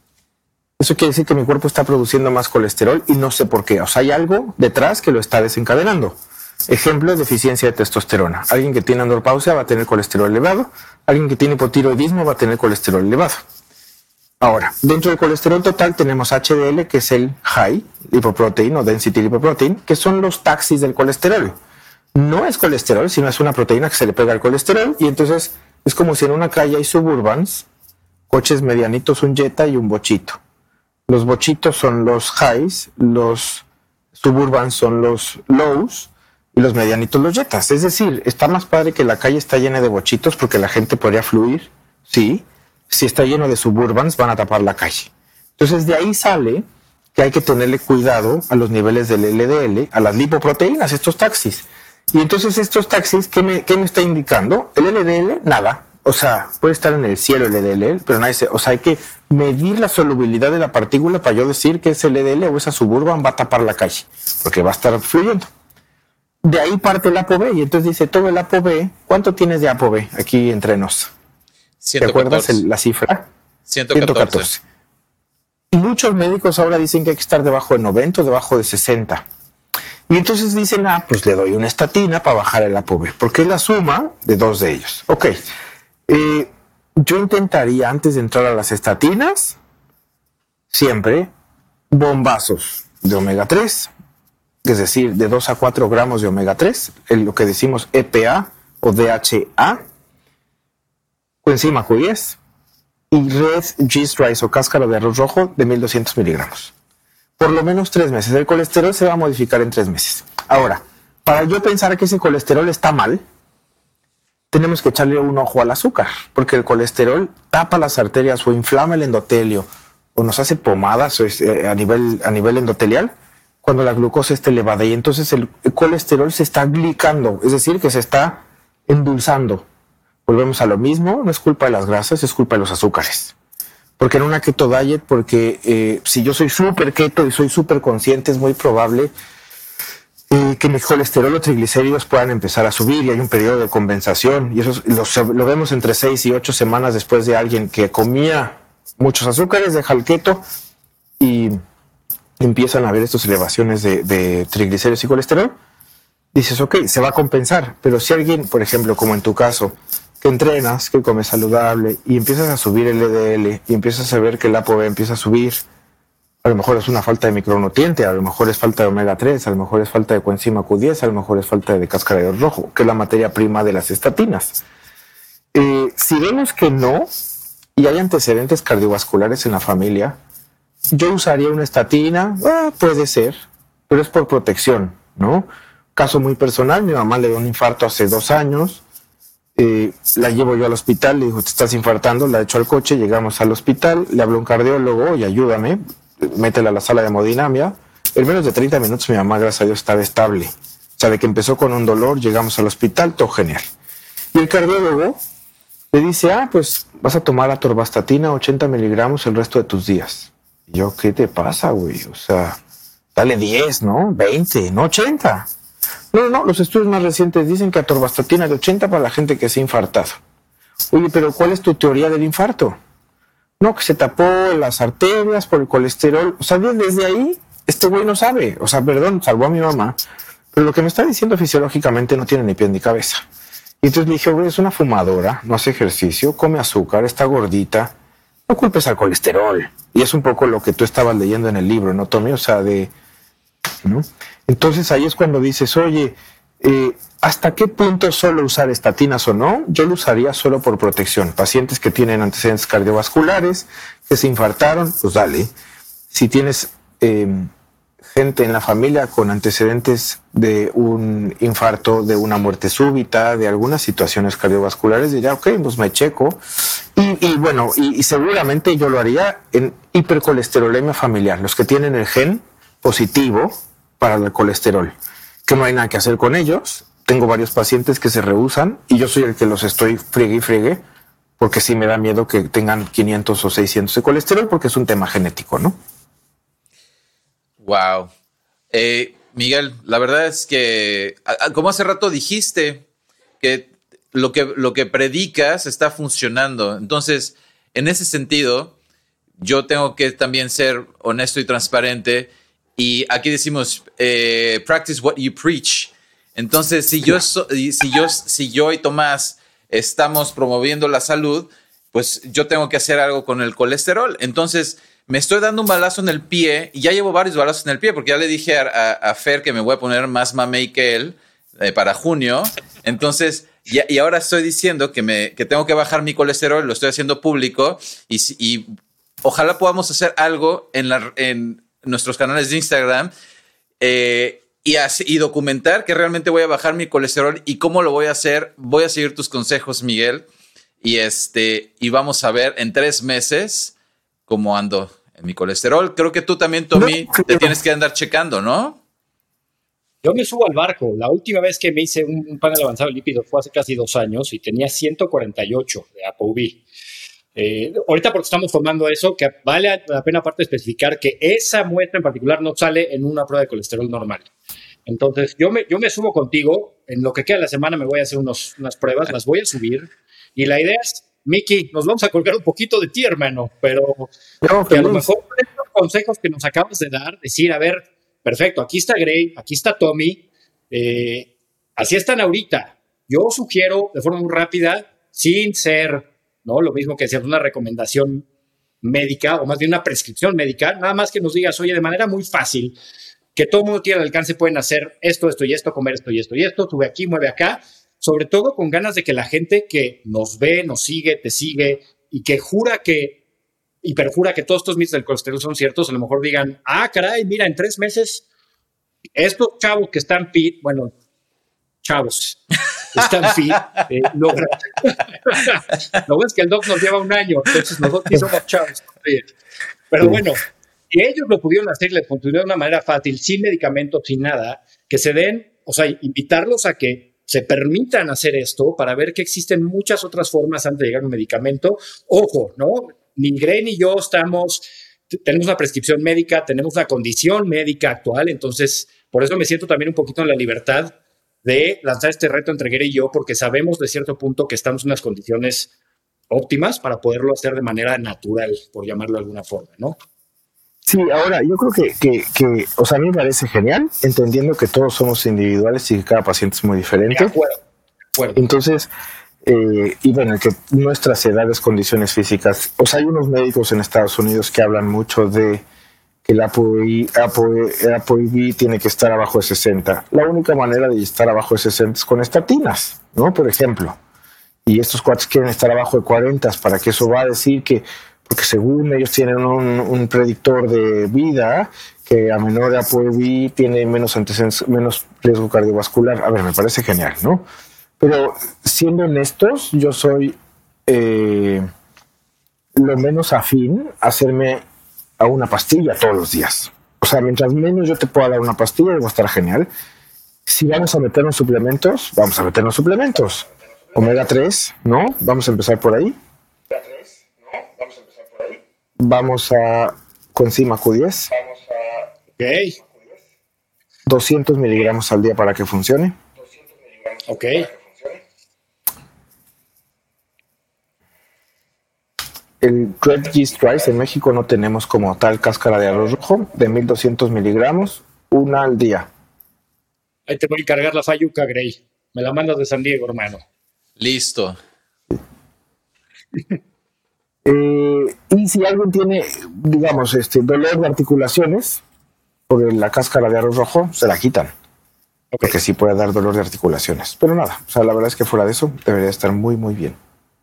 eso quiere decir que mi cuerpo está produciendo más colesterol y no sé por qué. O sea, hay algo detrás que lo está desencadenando. Ejemplo, deficiencia de testosterona. Alguien que tiene andropausia va a tener colesterol elevado. Alguien que tiene hipotiroidismo va a tener colesterol elevado. Ahora, dentro del colesterol total tenemos HDL, que es el High Lipoprotein o Density Lipoprotein, que son los taxis del colesterol. No es colesterol, sino es una proteína que se le pega al colesterol, y entonces es como si en una calle hay suburbans, coches medianitos, un Jetta y un bochito. Los bochitos son los highs, los suburbans son los lows y los medianitos los Jettas. Es decir, está más padre que la calle está llena de bochitos porque la gente podría fluir, sí. Si está lleno de suburbans van a tapar la calle. Entonces de ahí sale que hay que tenerle cuidado a los niveles del LDL, a las lipoproteínas, estos taxis. Y entonces estos taxis, ¿qué me está indicando? El LDL, nada. O sea, puede estar en el cielo el LDL, pero hay que medir la solubilidad de la partícula para yo decir que ese LDL o esa suburban va a tapar la calle, porque va a estar fluyendo. De ahí parte el ApoB, y entonces dice, todo el ApoB, ¿cuánto tienes de ApoB aquí entre nos? 114. ¿Te acuerdas la cifra? 114. Y muchos médicos ahora dicen que hay que estar debajo de 90 o debajo de 60. Y entonces dicen, pues le doy una estatina para bajar el ApoB, porque es la suma de dos de ellos. Ok. Yo intentaría, antes de entrar a las estatinas, siempre bombazos de omega 3, es decir, de 2 a 4 gramos de omega 3, lo que decimos EPA o DHA, coenzima Q10 y red yeast rice o cáscara de arroz rojo de 1200 miligramos. Por lo menos 3 meses. El colesterol se va a modificar en 3 meses. Ahora, para yo pensar que ese colesterol está mal, tenemos que echarle un ojo al azúcar, porque el colesterol tapa las arterias o inflama el endotelio o nos hace pomadas a nivel endotelial cuando la glucosa está elevada, y entonces el colesterol se está glicando, es decir, que se está endulzando. Volvemos a lo mismo, no es culpa de las grasas, es culpa de los azúcares. Porque en una keto diet, porque si yo soy súper keto y soy súper consciente, es muy probable que mi colesterol o triglicéridos puedan empezar a subir, y hay un periodo de compensación, y eso lo vemos entre 6 y 8 semanas después de alguien que comía muchos azúcares, deja el keto y empiezan a haber estas elevaciones de triglicéridos y colesterol. Dices, ok, se va a compensar, pero si alguien, por ejemplo, como en tu caso, que entrenas, que comes saludable y empiezas a subir el LDL y empiezas a ver que el ApoB empieza a subir, a lo mejor es una falta de micronutriente, a lo mejor es falta de omega 3, a lo mejor es falta de coenzima Q10, a lo mejor es falta de cáscara de arroz rojo, que es la materia prima de las estatinas. Si vemos que no, y hay antecedentes cardiovasculares en la familia, yo usaría una estatina, puede ser, pero es por protección, ¿no? Caso muy personal, mi mamá le dio un infarto hace 2 años, la llevo yo al hospital, le digo, te estás infartando, la echo al coche, llegamos al hospital, le hablo a un cardiólogo y ayúdame, métela a la sala de hemodinamia. En menos de 30 minutos mi mamá, gracias a Dios, estaba estable. O sea, de que empezó con un dolor, llegamos al hospital, todo genial. Y el cardiólogo le dice, pues vas a tomar atorvastatina 80 miligramos el resto de tus días. Y yo, ¿qué te pasa, güey? O sea, dale 10, ¿no? 20, no 80. No, los estudios más recientes dicen que atorvastatina de 80 para la gente que se ha infartado. Oye, pero ¿cuál es tu teoría del infarto? No, que se tapó las arterias por el colesterol. O sea, desde ahí, este güey no sabe. O sea, perdón, salvó a mi mamá, pero lo que me está diciendo fisiológicamente no tiene ni pie ni cabeza. Y entonces le dije, güey, es una fumadora, no hace ejercicio, come azúcar, está gordita. No culpes al colesterol. Y es un poco lo que tú estabas leyendo en el libro, ¿no, Tommy? O sea, ¿no? Entonces ahí es cuando dices, oye, ¿hasta qué punto solo usar estatinas o no? Yo lo usaría solo por protección. Pacientes que tienen antecedentes cardiovasculares, que se infartaron, pues dale. Si tienes gente en la familia con antecedentes de un infarto, de una muerte súbita, de algunas situaciones cardiovasculares, diría, ok, pues me checo. Y seguramente yo lo haría en hipercolesterolemia familiar, los que tienen el gen positivo para el colesterol, que no hay nada que hacer con ellos. Tengo varios pacientes que se rehúsan y yo soy el que los estoy friegue, porque sí me da miedo que tengan 500 o 600 de colesterol, porque es un tema genético, ¿no? Wow. Miguel, la verdad es que, como hace rato dijiste, que lo que predicas está funcionando. Entonces, en ese sentido, yo tengo que también ser honesto y transparente. Y aquí decimos, practice what you preach. Entonces, si yo y Tomás estamos promoviendo la salud, pues yo tengo que hacer algo con el colesterol. Entonces, me estoy dando un balazo en el pie, y ya llevo varios balazos en el pie, porque ya le dije a Fer que me voy a poner más mamey que él para junio. Entonces, y ahora estoy diciendo que tengo que bajar mi colesterol, lo estoy haciendo público, y ojalá podamos hacer algo en nuestros canales de Instagram y documentar que realmente voy a bajar mi colesterol y cómo lo voy a hacer. Voy a seguir tus consejos, Miguel, y vamos a ver en 3 meses cómo ando en mi colesterol. Creo que tú también, Tommy, te tienes que andar checando, ¿no? Yo me subo al barco. La última vez que me hice un panel avanzado de lípidos fue hace casi 2 años y tenía 148 de ApoB. Ahorita porque estamos formando eso, que vale la pena aparte especificar que esa muestra en particular no sale en una prueba de colesterol normal. Entonces yo me subo contigo, en lo que queda de la semana me voy a hacer unas pruebas, las voy a subir, y la idea es, Miki, nos vamos a colgar un poquito de ti, hermano, pero que a lo mejor con estos consejos que nos acabas de dar, decir, a ver, perfecto, aquí está Gray, aquí está Tommy, así están ahorita. Yo sugiero de forma muy rápida, sin ser, ¿no?, lo mismo que decir una recomendación médica, o más bien una prescripción médica, nada más que nos digas, oye, de manera muy fácil, que todo el mundo tiene al alcance, pueden hacer esto, esto y esto, comer esto y esto y esto, sube aquí, mueve acá, sobre todo con ganas de que la gente que nos ve, nos sigue, te sigue y que perjura que todos estos mitos del colesterol son ciertos, a lo mejor digan, caray, mira, en 3 meses, estos chavos que están fit, bueno, chavos, están fit, logran. Lo bueno es que el doc nos lleva 1 año, entonces nosotros sí somos chavos. Pero bueno, si ellos lo pudieron hacer, les funcionó de una manera fácil, sin medicamentos, sin nada, que se den, o sea, invitarlos a que se permitan hacer esto para ver que existen muchas otras formas antes de llegar a un medicamento. Ojo, ¿no? Ni Gray ni yo tenemos una prescripción médica, tenemos una condición médica actual, entonces por eso me siento también un poquito en la libertad de lanzar este reto entre Gray y yo, porque sabemos de cierto punto que estamos en unas condiciones óptimas para poderlo hacer de manera natural, por llamarlo de alguna forma, ¿no? Sí, ahora yo creo que o sea, a mí me parece genial, entendiendo que todos somos individuales y que cada paciente es muy diferente. De acuerdo. Entonces, y bueno, que nuestras edades, condiciones físicas, o sea, hay unos médicos en Estados Unidos que hablan mucho de que el ApoB tiene que estar abajo de 60. La única manera de estar abajo de 60 es con estatinas, ¿no? Por ejemplo. Y estos cuates quieren estar abajo de 40 para que eso va a decir que, porque según ellos tienen un predictor de vida, que a menor ApoB tiene menos riesgo cardiovascular. A ver, me parece genial, ¿no? Pero siendo honestos, yo soy lo menos afín a hacerme a una pastilla todos los días. O sea, mientras menos yo te pueda dar una pastilla, va a estar genial. Si vamos a meternos suplementos, vamos a meternos suplementos. Omega 3, ¿no? Vamos a empezar por ahí. Vamos a coenzima Q10. Ok. 200 miligramos al día para que funcione. Ok. El Red Yeast Rice en México no tenemos como tal cáscara de arroz rojo de 1200 miligramos, 1 al día. Ahí te voy a encargar la Fayuca, Gray. Me la mandas de San Diego, hermano. Listo. Y si alguien tiene, digamos, dolor de articulaciones por la cáscara de arroz rojo, se la quitan. Okay. Porque sí puede dar dolor de articulaciones. Pero nada, o sea, la verdad es que fuera de eso debería estar muy, muy bien.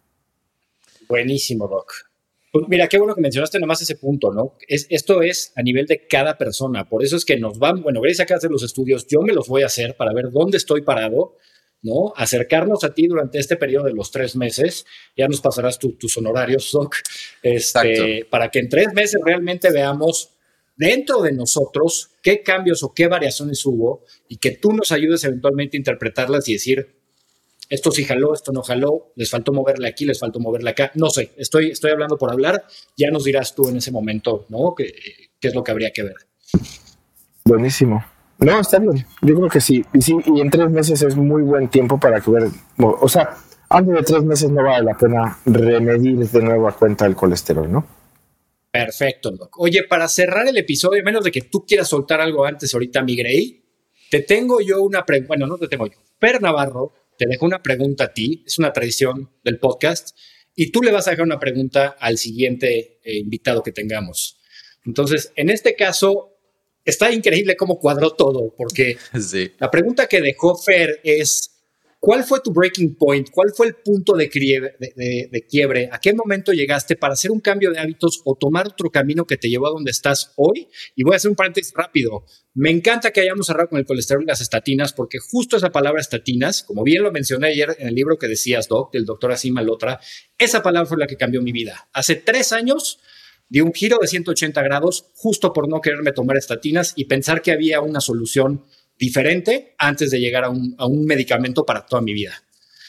Buenísimo, Doc. Pues mira, qué bueno que mencionaste nomás ese punto, ¿no? Esto es a nivel de cada persona. Por eso es que Grace acaba de hacer los estudios, yo me los voy a hacer para ver dónde estoy parado, ¿no? Acercarnos a ti durante este periodo de los 3 meses. Ya nos pasarás tus honorarios, Doc. Para que en 3 meses realmente veamos dentro de nosotros qué cambios o qué variaciones hubo y que tú nos ayudes eventualmente a interpretarlas y decir, esto sí jaló, esto no jaló, les faltó moverle aquí, les faltó moverle acá. No sé, estoy hablando por hablar. Ya nos dirás tú en ese momento, ¿no? ¿Qué es lo que habría que ver? Buenísimo. No, está bien. Yo creo que sí. Y en 3 meses es muy buen tiempo para que ver. O sea, antes de 3 meses no vale la pena remedir de nuevo a cuenta el colesterol, ¿no? Perfecto, Doc. Oye, para cerrar el episodio, a menos de que tú quieras soltar algo antes ahorita, mi Gray, te tengo yo una pregunta. Bueno, no te tengo yo. Per Navarro te dejo una pregunta a ti. Es una tradición del podcast. Y tú le vas a dejar una pregunta al siguiente invitado que tengamos. Entonces, en este caso, está increíble cómo cuadró todo, porque sí. La pregunta que dejó Fer es, ¿cuál fue tu breaking point? ¿Cuál fue el punto de quiebre? ¿A qué momento llegaste para hacer un cambio de hábitos o tomar otro camino que te llevó a donde estás hoy? Y voy a hacer un paréntesis rápido. Me encanta que hayamos cerrado con el colesterol y las estatinas, porque justo esa palabra estatinas, como bien lo mencioné ayer en el libro que decías, Doc, del doctor Asim Malhotra, esa palabra fue la que cambió mi vida. Hace 3 años di un giro de 180 grados justo por no quererme tomar estatinas y pensar que había una solución diferente antes de llegar a un medicamento para toda mi vida.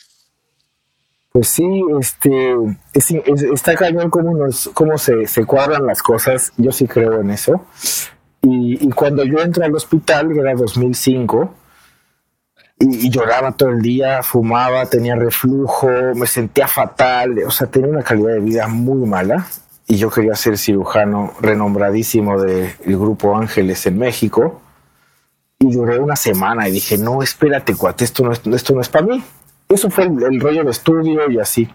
Pues sí, está cañón cómo se cuadran las cosas. Yo sí creo en eso. Y cuando yo entré al hospital, era 2005, y lloraba todo el día, fumaba, tenía reflujo, me sentía fatal, o sea, tenía una calidad de vida muy mala. Y yo quería ser cirujano renombradísimo del Grupo Ángeles en México. Y duré una semana y dije, no, espérate, cuate, esto no es para mí. Eso fue el rollo de estudio y así.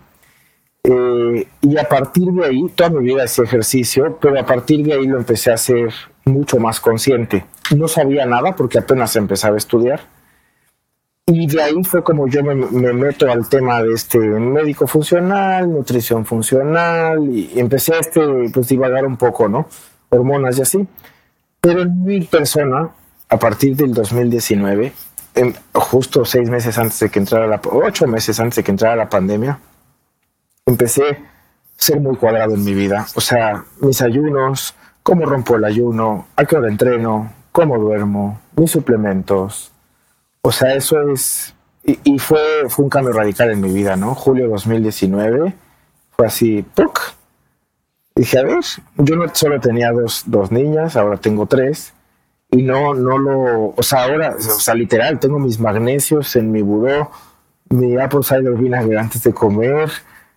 Y a partir de ahí, toda mi vida hacía ejercicio, pero a partir de ahí lo empecé a hacer mucho más consciente. No sabía nada porque apenas empezaba a estudiar. Y de ahí fue como yo me meto al tema de médico funcional, nutrición funcional, y empecé a pues divagar un poco, ¿no? Hormonas y así. Pero en mi persona, a partir del 2019, justo 6 meses antes de que entrara 8 meses antes de que entrara la pandemia, empecé a ser muy cuadrado en mi vida. O sea, mis ayunos, cómo rompo el ayuno, a qué hora entreno, cómo duermo, mis suplementos. O sea, eso es... Y fue un cambio radical en mi vida, ¿no? Julio 2019 fue así, ¡puc! Dije, a ver, yo no solo tenía dos niñas, ahora tengo 3. Y o sea, ahora, o sea, literal, tengo mis magnesios en mi buró, mi apple cider vinegar antes de comer,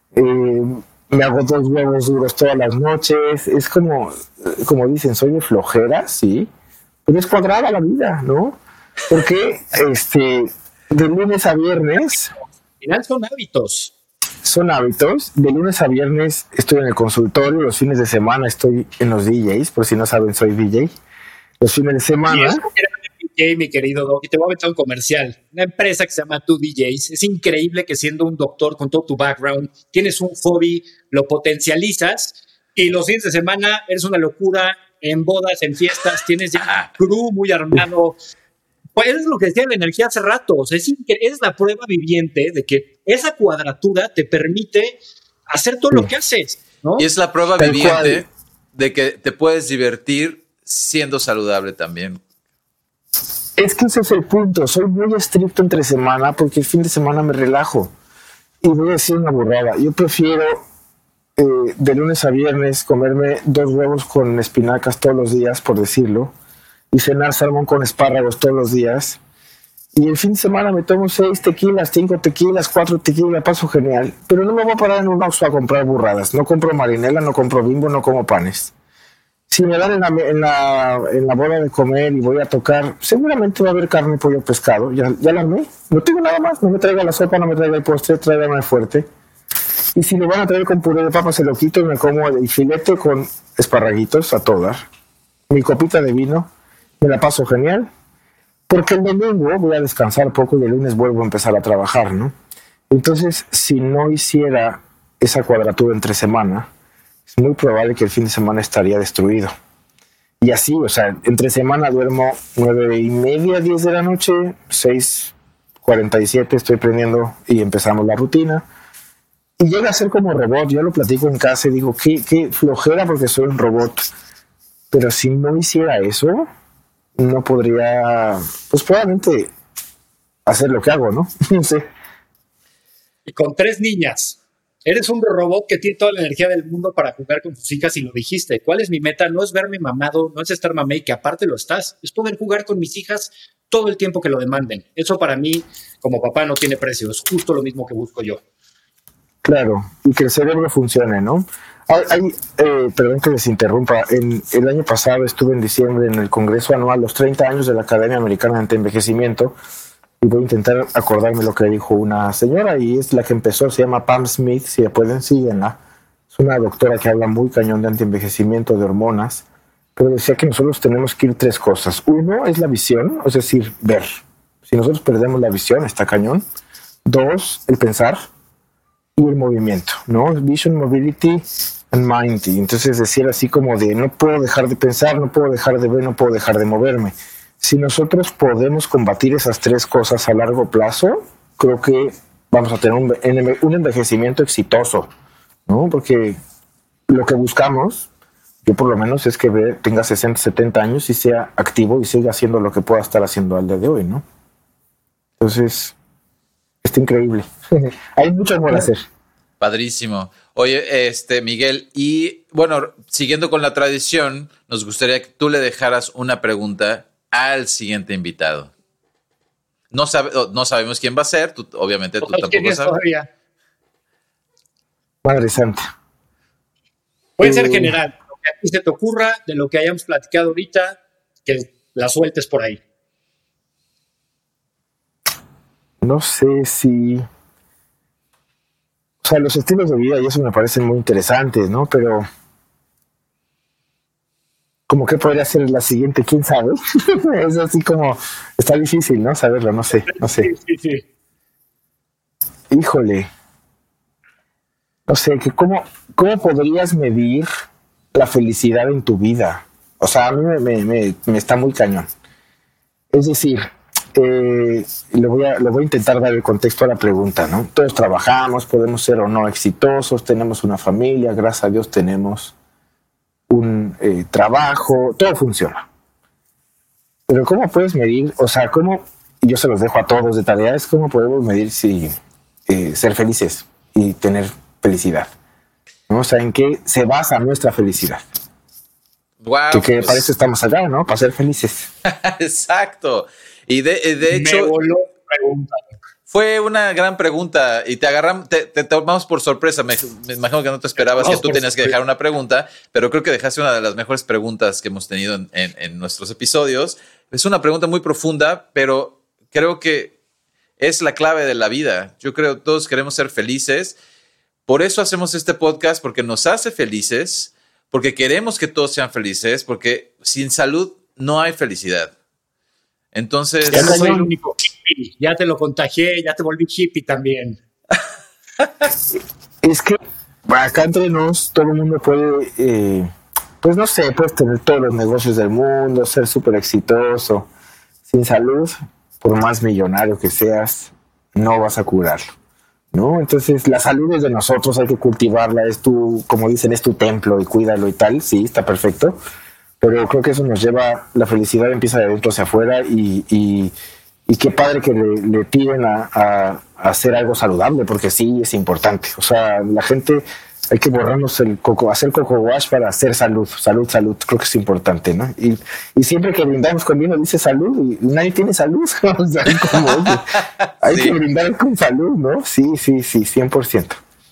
me hago 2 huevos duros todas las noches. Es como dicen, soy de flojera, sí, pero es cuadrada la vida, ¿no? Porque de lunes a viernes... Al final son hábitos. Son hábitos. De lunes a viernes estoy en el consultorio, los fines de semana estoy en los DJs, por si no saben, soy DJ. Los fines de semana... DJ, mi querido Doc, y te voy a meter un comercial. Una empresa que se llama 2DJs. Es increíble que siendo un doctor con todo tu background, tienes un hobby, lo potencializas y los fines de semana eres una locura en bodas, en fiestas, tienes ya un crew muy armado. Pues es lo que decía la energía hace rato. O sea, es la prueba viviente de que esa cuadratura te permite hacer todo lo que haces, ¿no? Y es la prueba viviente de que te puedes divertir siendo saludable también. Es que ese es el punto. Soy muy estricto entre semana porque el fin de semana me relajo. Y voy a decir una burrada. Yo prefiero de lunes a viernes comerme 2 huevos con espinacas todos los días, por decirlo, y cenar salmón con espárragos todos los días. Y el fin de semana me tomo 6 tequilas, 5 tequilas, 4 tequilas, paso genial. Pero no me voy a parar en un Oxxo a comprar burradas. No compro Marinela, no compro Bimbo, no como panes. Si me dan en la boda de comer y voy a tocar, seguramente va a haber carne, pollo, pescado. Ya la armé. No tengo nada más. No me traiga la sopa, no me traiga el postre, tráigame fuerte. Y si me van a traer con puré de papa, se lo quito y me como el filete con esparraguitos a todo dar. Mi copita de vino, me la paso genial. Porque el domingo voy a descansar poco y el lunes vuelvo a empezar a trabajar, ¿no? Entonces, si no hiciera esa cuadratura entre semana, es muy probable que el fin de semana estaría destruido. Y así, o sea, entre semana duermo 9:30, 10 de la noche, 6:47 estoy prendiendo y empezamos la rutina. Y llega a ser como robot. Yo lo platico en casa y digo, qué flojera porque soy un robot. Pero si no hiciera eso, no podría, pues probablemente hacer lo que hago, ¿no? No sé. Y con 3 niñas. Eres un robot que tiene toda la energía del mundo para jugar con tus hijas y lo dijiste. ¿Cuál es mi meta? No es verme mamado, no es estar mamey, que aparte lo estás. Es poder jugar con mis hijas todo el tiempo que lo demanden. Eso para mí, como papá, no tiene precio. Es justo lo mismo que busco yo. Claro, y que el cerebro funcione, ¿no? Perdón que les interrumpa. El año pasado estuve en diciembre en el Congreso Anual, los 30 años de la Academia Americana de Antienvejecimiento, y voy a intentar acordarme lo que dijo una señora, y es la que empezó, se llama Pam Smith, si pueden, síguenla. Es una doctora que habla muy cañón de antienvejecimiento, de hormonas, pero decía que nosotros tenemos que ir 3 cosas. Uno es la visión, es decir, ver. Si nosotros perdemos la visión, está cañón. 2, el pensar. Y el movimiento, ¿no? Vision, mobility and mind. Y entonces decir así como de no puedo dejar de pensar, no puedo dejar de ver, no puedo dejar de moverme. Si nosotros podemos combatir esas 3 cosas a largo plazo, creo que vamos a tener un envejecimiento exitoso, ¿no? Porque lo que buscamos, yo por lo menos, es que tenga 60, 70 años y sea activo y siga haciendo lo que pueda estar haciendo al día de hoy, ¿no? Entonces, está increíble. Hay mucho por hacer. Padrísimo. Oye, Miguel, y bueno, siguiendo con la tradición, nos gustaría que tú le dejaras una pregunta al siguiente invitado. No sabemos quién va a ser, obviamente tú tampoco sabes. Todavía. Madre Santa. Puede ser general, lo que a ti se te ocurra, de lo que hayamos platicado ahorita, que la sueltes por ahí. No sé si... O sea, los estilos de vida y eso me parecen muy interesantes, ¿no? Pero como qué podría ser la siguiente, quién sabe. Es así como, está difícil, ¿no? Saberlo, no sé. Sí. Híjole. No sé, que ¿cómo podrías medir la felicidad en tu vida? O sea, a mí me está muy cañón. Es decir, le voy a intentar dar el contexto a la pregunta, ¿no? Todos trabajamos, podemos ser o no exitosos, tenemos una familia, gracias a Dios tenemos un trabajo, todo funciona. Pero ¿cómo puedes medir? O sea, y yo se los dejo a todos de tarea, es cómo podemos medir si ser felices y tener felicidad, ¿no? O sea, ¿en qué se basa nuestra felicidad? Wow, que para eso estamos acá, ¿no? Para ser felices. Exacto. Y de hecho, me voló la pregunta. Fue una gran pregunta y te tomamos por sorpresa. Me imagino que no te esperabas que tú tenías que dejar una pregunta, pero creo que dejaste una de las mejores preguntas que hemos tenido en nuestros episodios. Es una pregunta muy profunda, pero creo que es la clave de la vida. Yo creo que todos queremos ser felices. Por eso hacemos este podcast, porque nos hace felices, porque queremos que todos sean felices, porque sin salud no hay felicidad. Entonces, ya no soy el único hippie, ya te lo contagié, ya te volví hippie también. Es que acá entre nos todo el mundo puede, pues no sé, puedes tener todos los negocios del mundo, ser súper exitoso. Sin salud, por más millonario que seas, no vas a curarlo, ¿no? Entonces la salud es de nosotros, hay que cultivarla, es como dicen, es tu templo y cuídalo y tal, sí, está perfecto. Pero creo que eso nos lleva, la felicidad empieza de adentro hacia afuera y qué padre que le tiren a hacer algo saludable, porque sí es importante. O sea, la gente, hay que borrarnos hacer coco wash para hacer salud, creo que es importante, ¿no? Y siempre que brindamos con vino dice salud y nadie tiene salud. O sea, hay que brindar con salud, ¿no? Sí, 100%.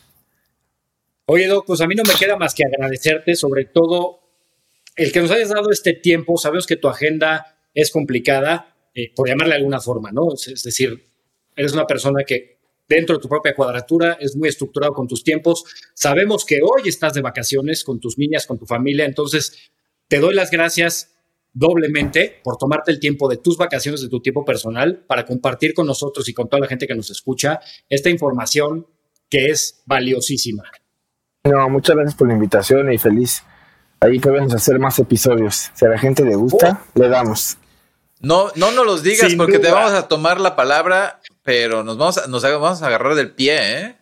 Oye, Doc, pues a mí no me queda más que agradecerte, sobre todo el que nos hayas dado este tiempo. Sabemos que tu agenda es complicada, por llamarle de alguna forma, ¿no? Es decir, eres una persona que dentro de tu propia cuadratura es muy estructurado con tus tiempos. Sabemos que hoy estás de vacaciones con tus niñas, con tu familia, entonces te doy las gracias doblemente por tomarte el tiempo de tus vacaciones, de tu tiempo personal, para compartir con nosotros y con toda la gente que nos escucha esta información que es valiosísima. No, muchas gracias por la invitación y feliz. Ahí podemos hacer más episodios. Si a la gente le gusta, le damos. No nos los digas Sin porque duda. te vamos a tomar la palabra, pero nos vamos a agarrar del pie, ¿eh?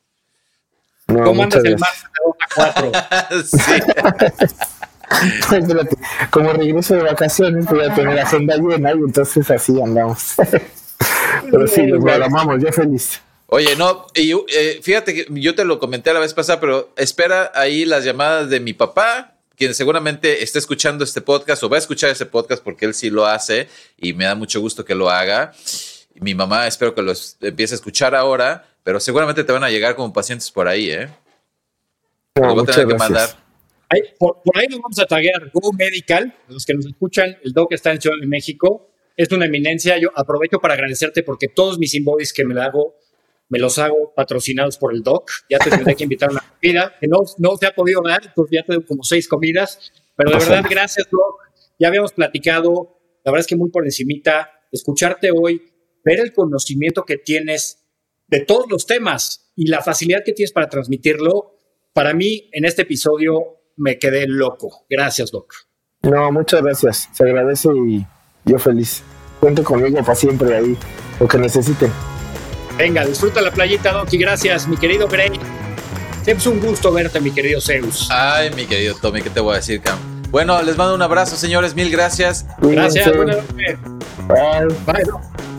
No, ¿Cómo andas el gracias. martes de 2 a 4? Sí. Espérate, como regreso de vacaciones voy a tener agenda llena y entonces así andamos. Pero sí, los programamos, yo feliz. Oye, no, y fíjate que yo te lo comenté la vez pasada, pero espera ahí las llamadas de mi papá, quien seguramente está escuchando este podcast o va a escuchar este podcast porque él sí lo hace y me da mucho gusto que lo haga. Y mi mamá espero que lo empiece a escuchar ahora, pero seguramente te van a llegar como pacientes por ahí, ¿eh? No, Los voy a tener que gracias. mandar. Por ahí nos vamos a taguear Go Medical. Los que nos escuchan, el Doc está en Ciudad de México. Es una eminencia. Yo aprovecho para agradecerte porque todos mis invoices que me los hago patrocinados por el Doc. Ya te tendré que invitar a una comida que no se ha podido dar, entonces ya tengo como 6 comidas. Pero de verdad, gracias, Doc. Ya habíamos platicado, la verdad es que muy por encimita, escucharte hoy, ver el conocimiento que tienes de todos los temas y la facilidad que tienes para transmitirlo. Para mí, en este episodio, me quedé loco. Gracias, Doc. No, muchas gracias. Se agradece y yo feliz. Cuente conmigo para siempre ahí, lo que necesiten. Venga, disfruta la playita, Doc, y gracias, mi querido Grey. Siempre es un gusto verte, mi querido Zeus. Ay, mi querido Tommy, ¿qué te voy a decir, Cam? Bueno, les mando un abrazo, señores. Mil gracias. Gracias, Cuídense. buenas noches. Bye. Bye, Doc.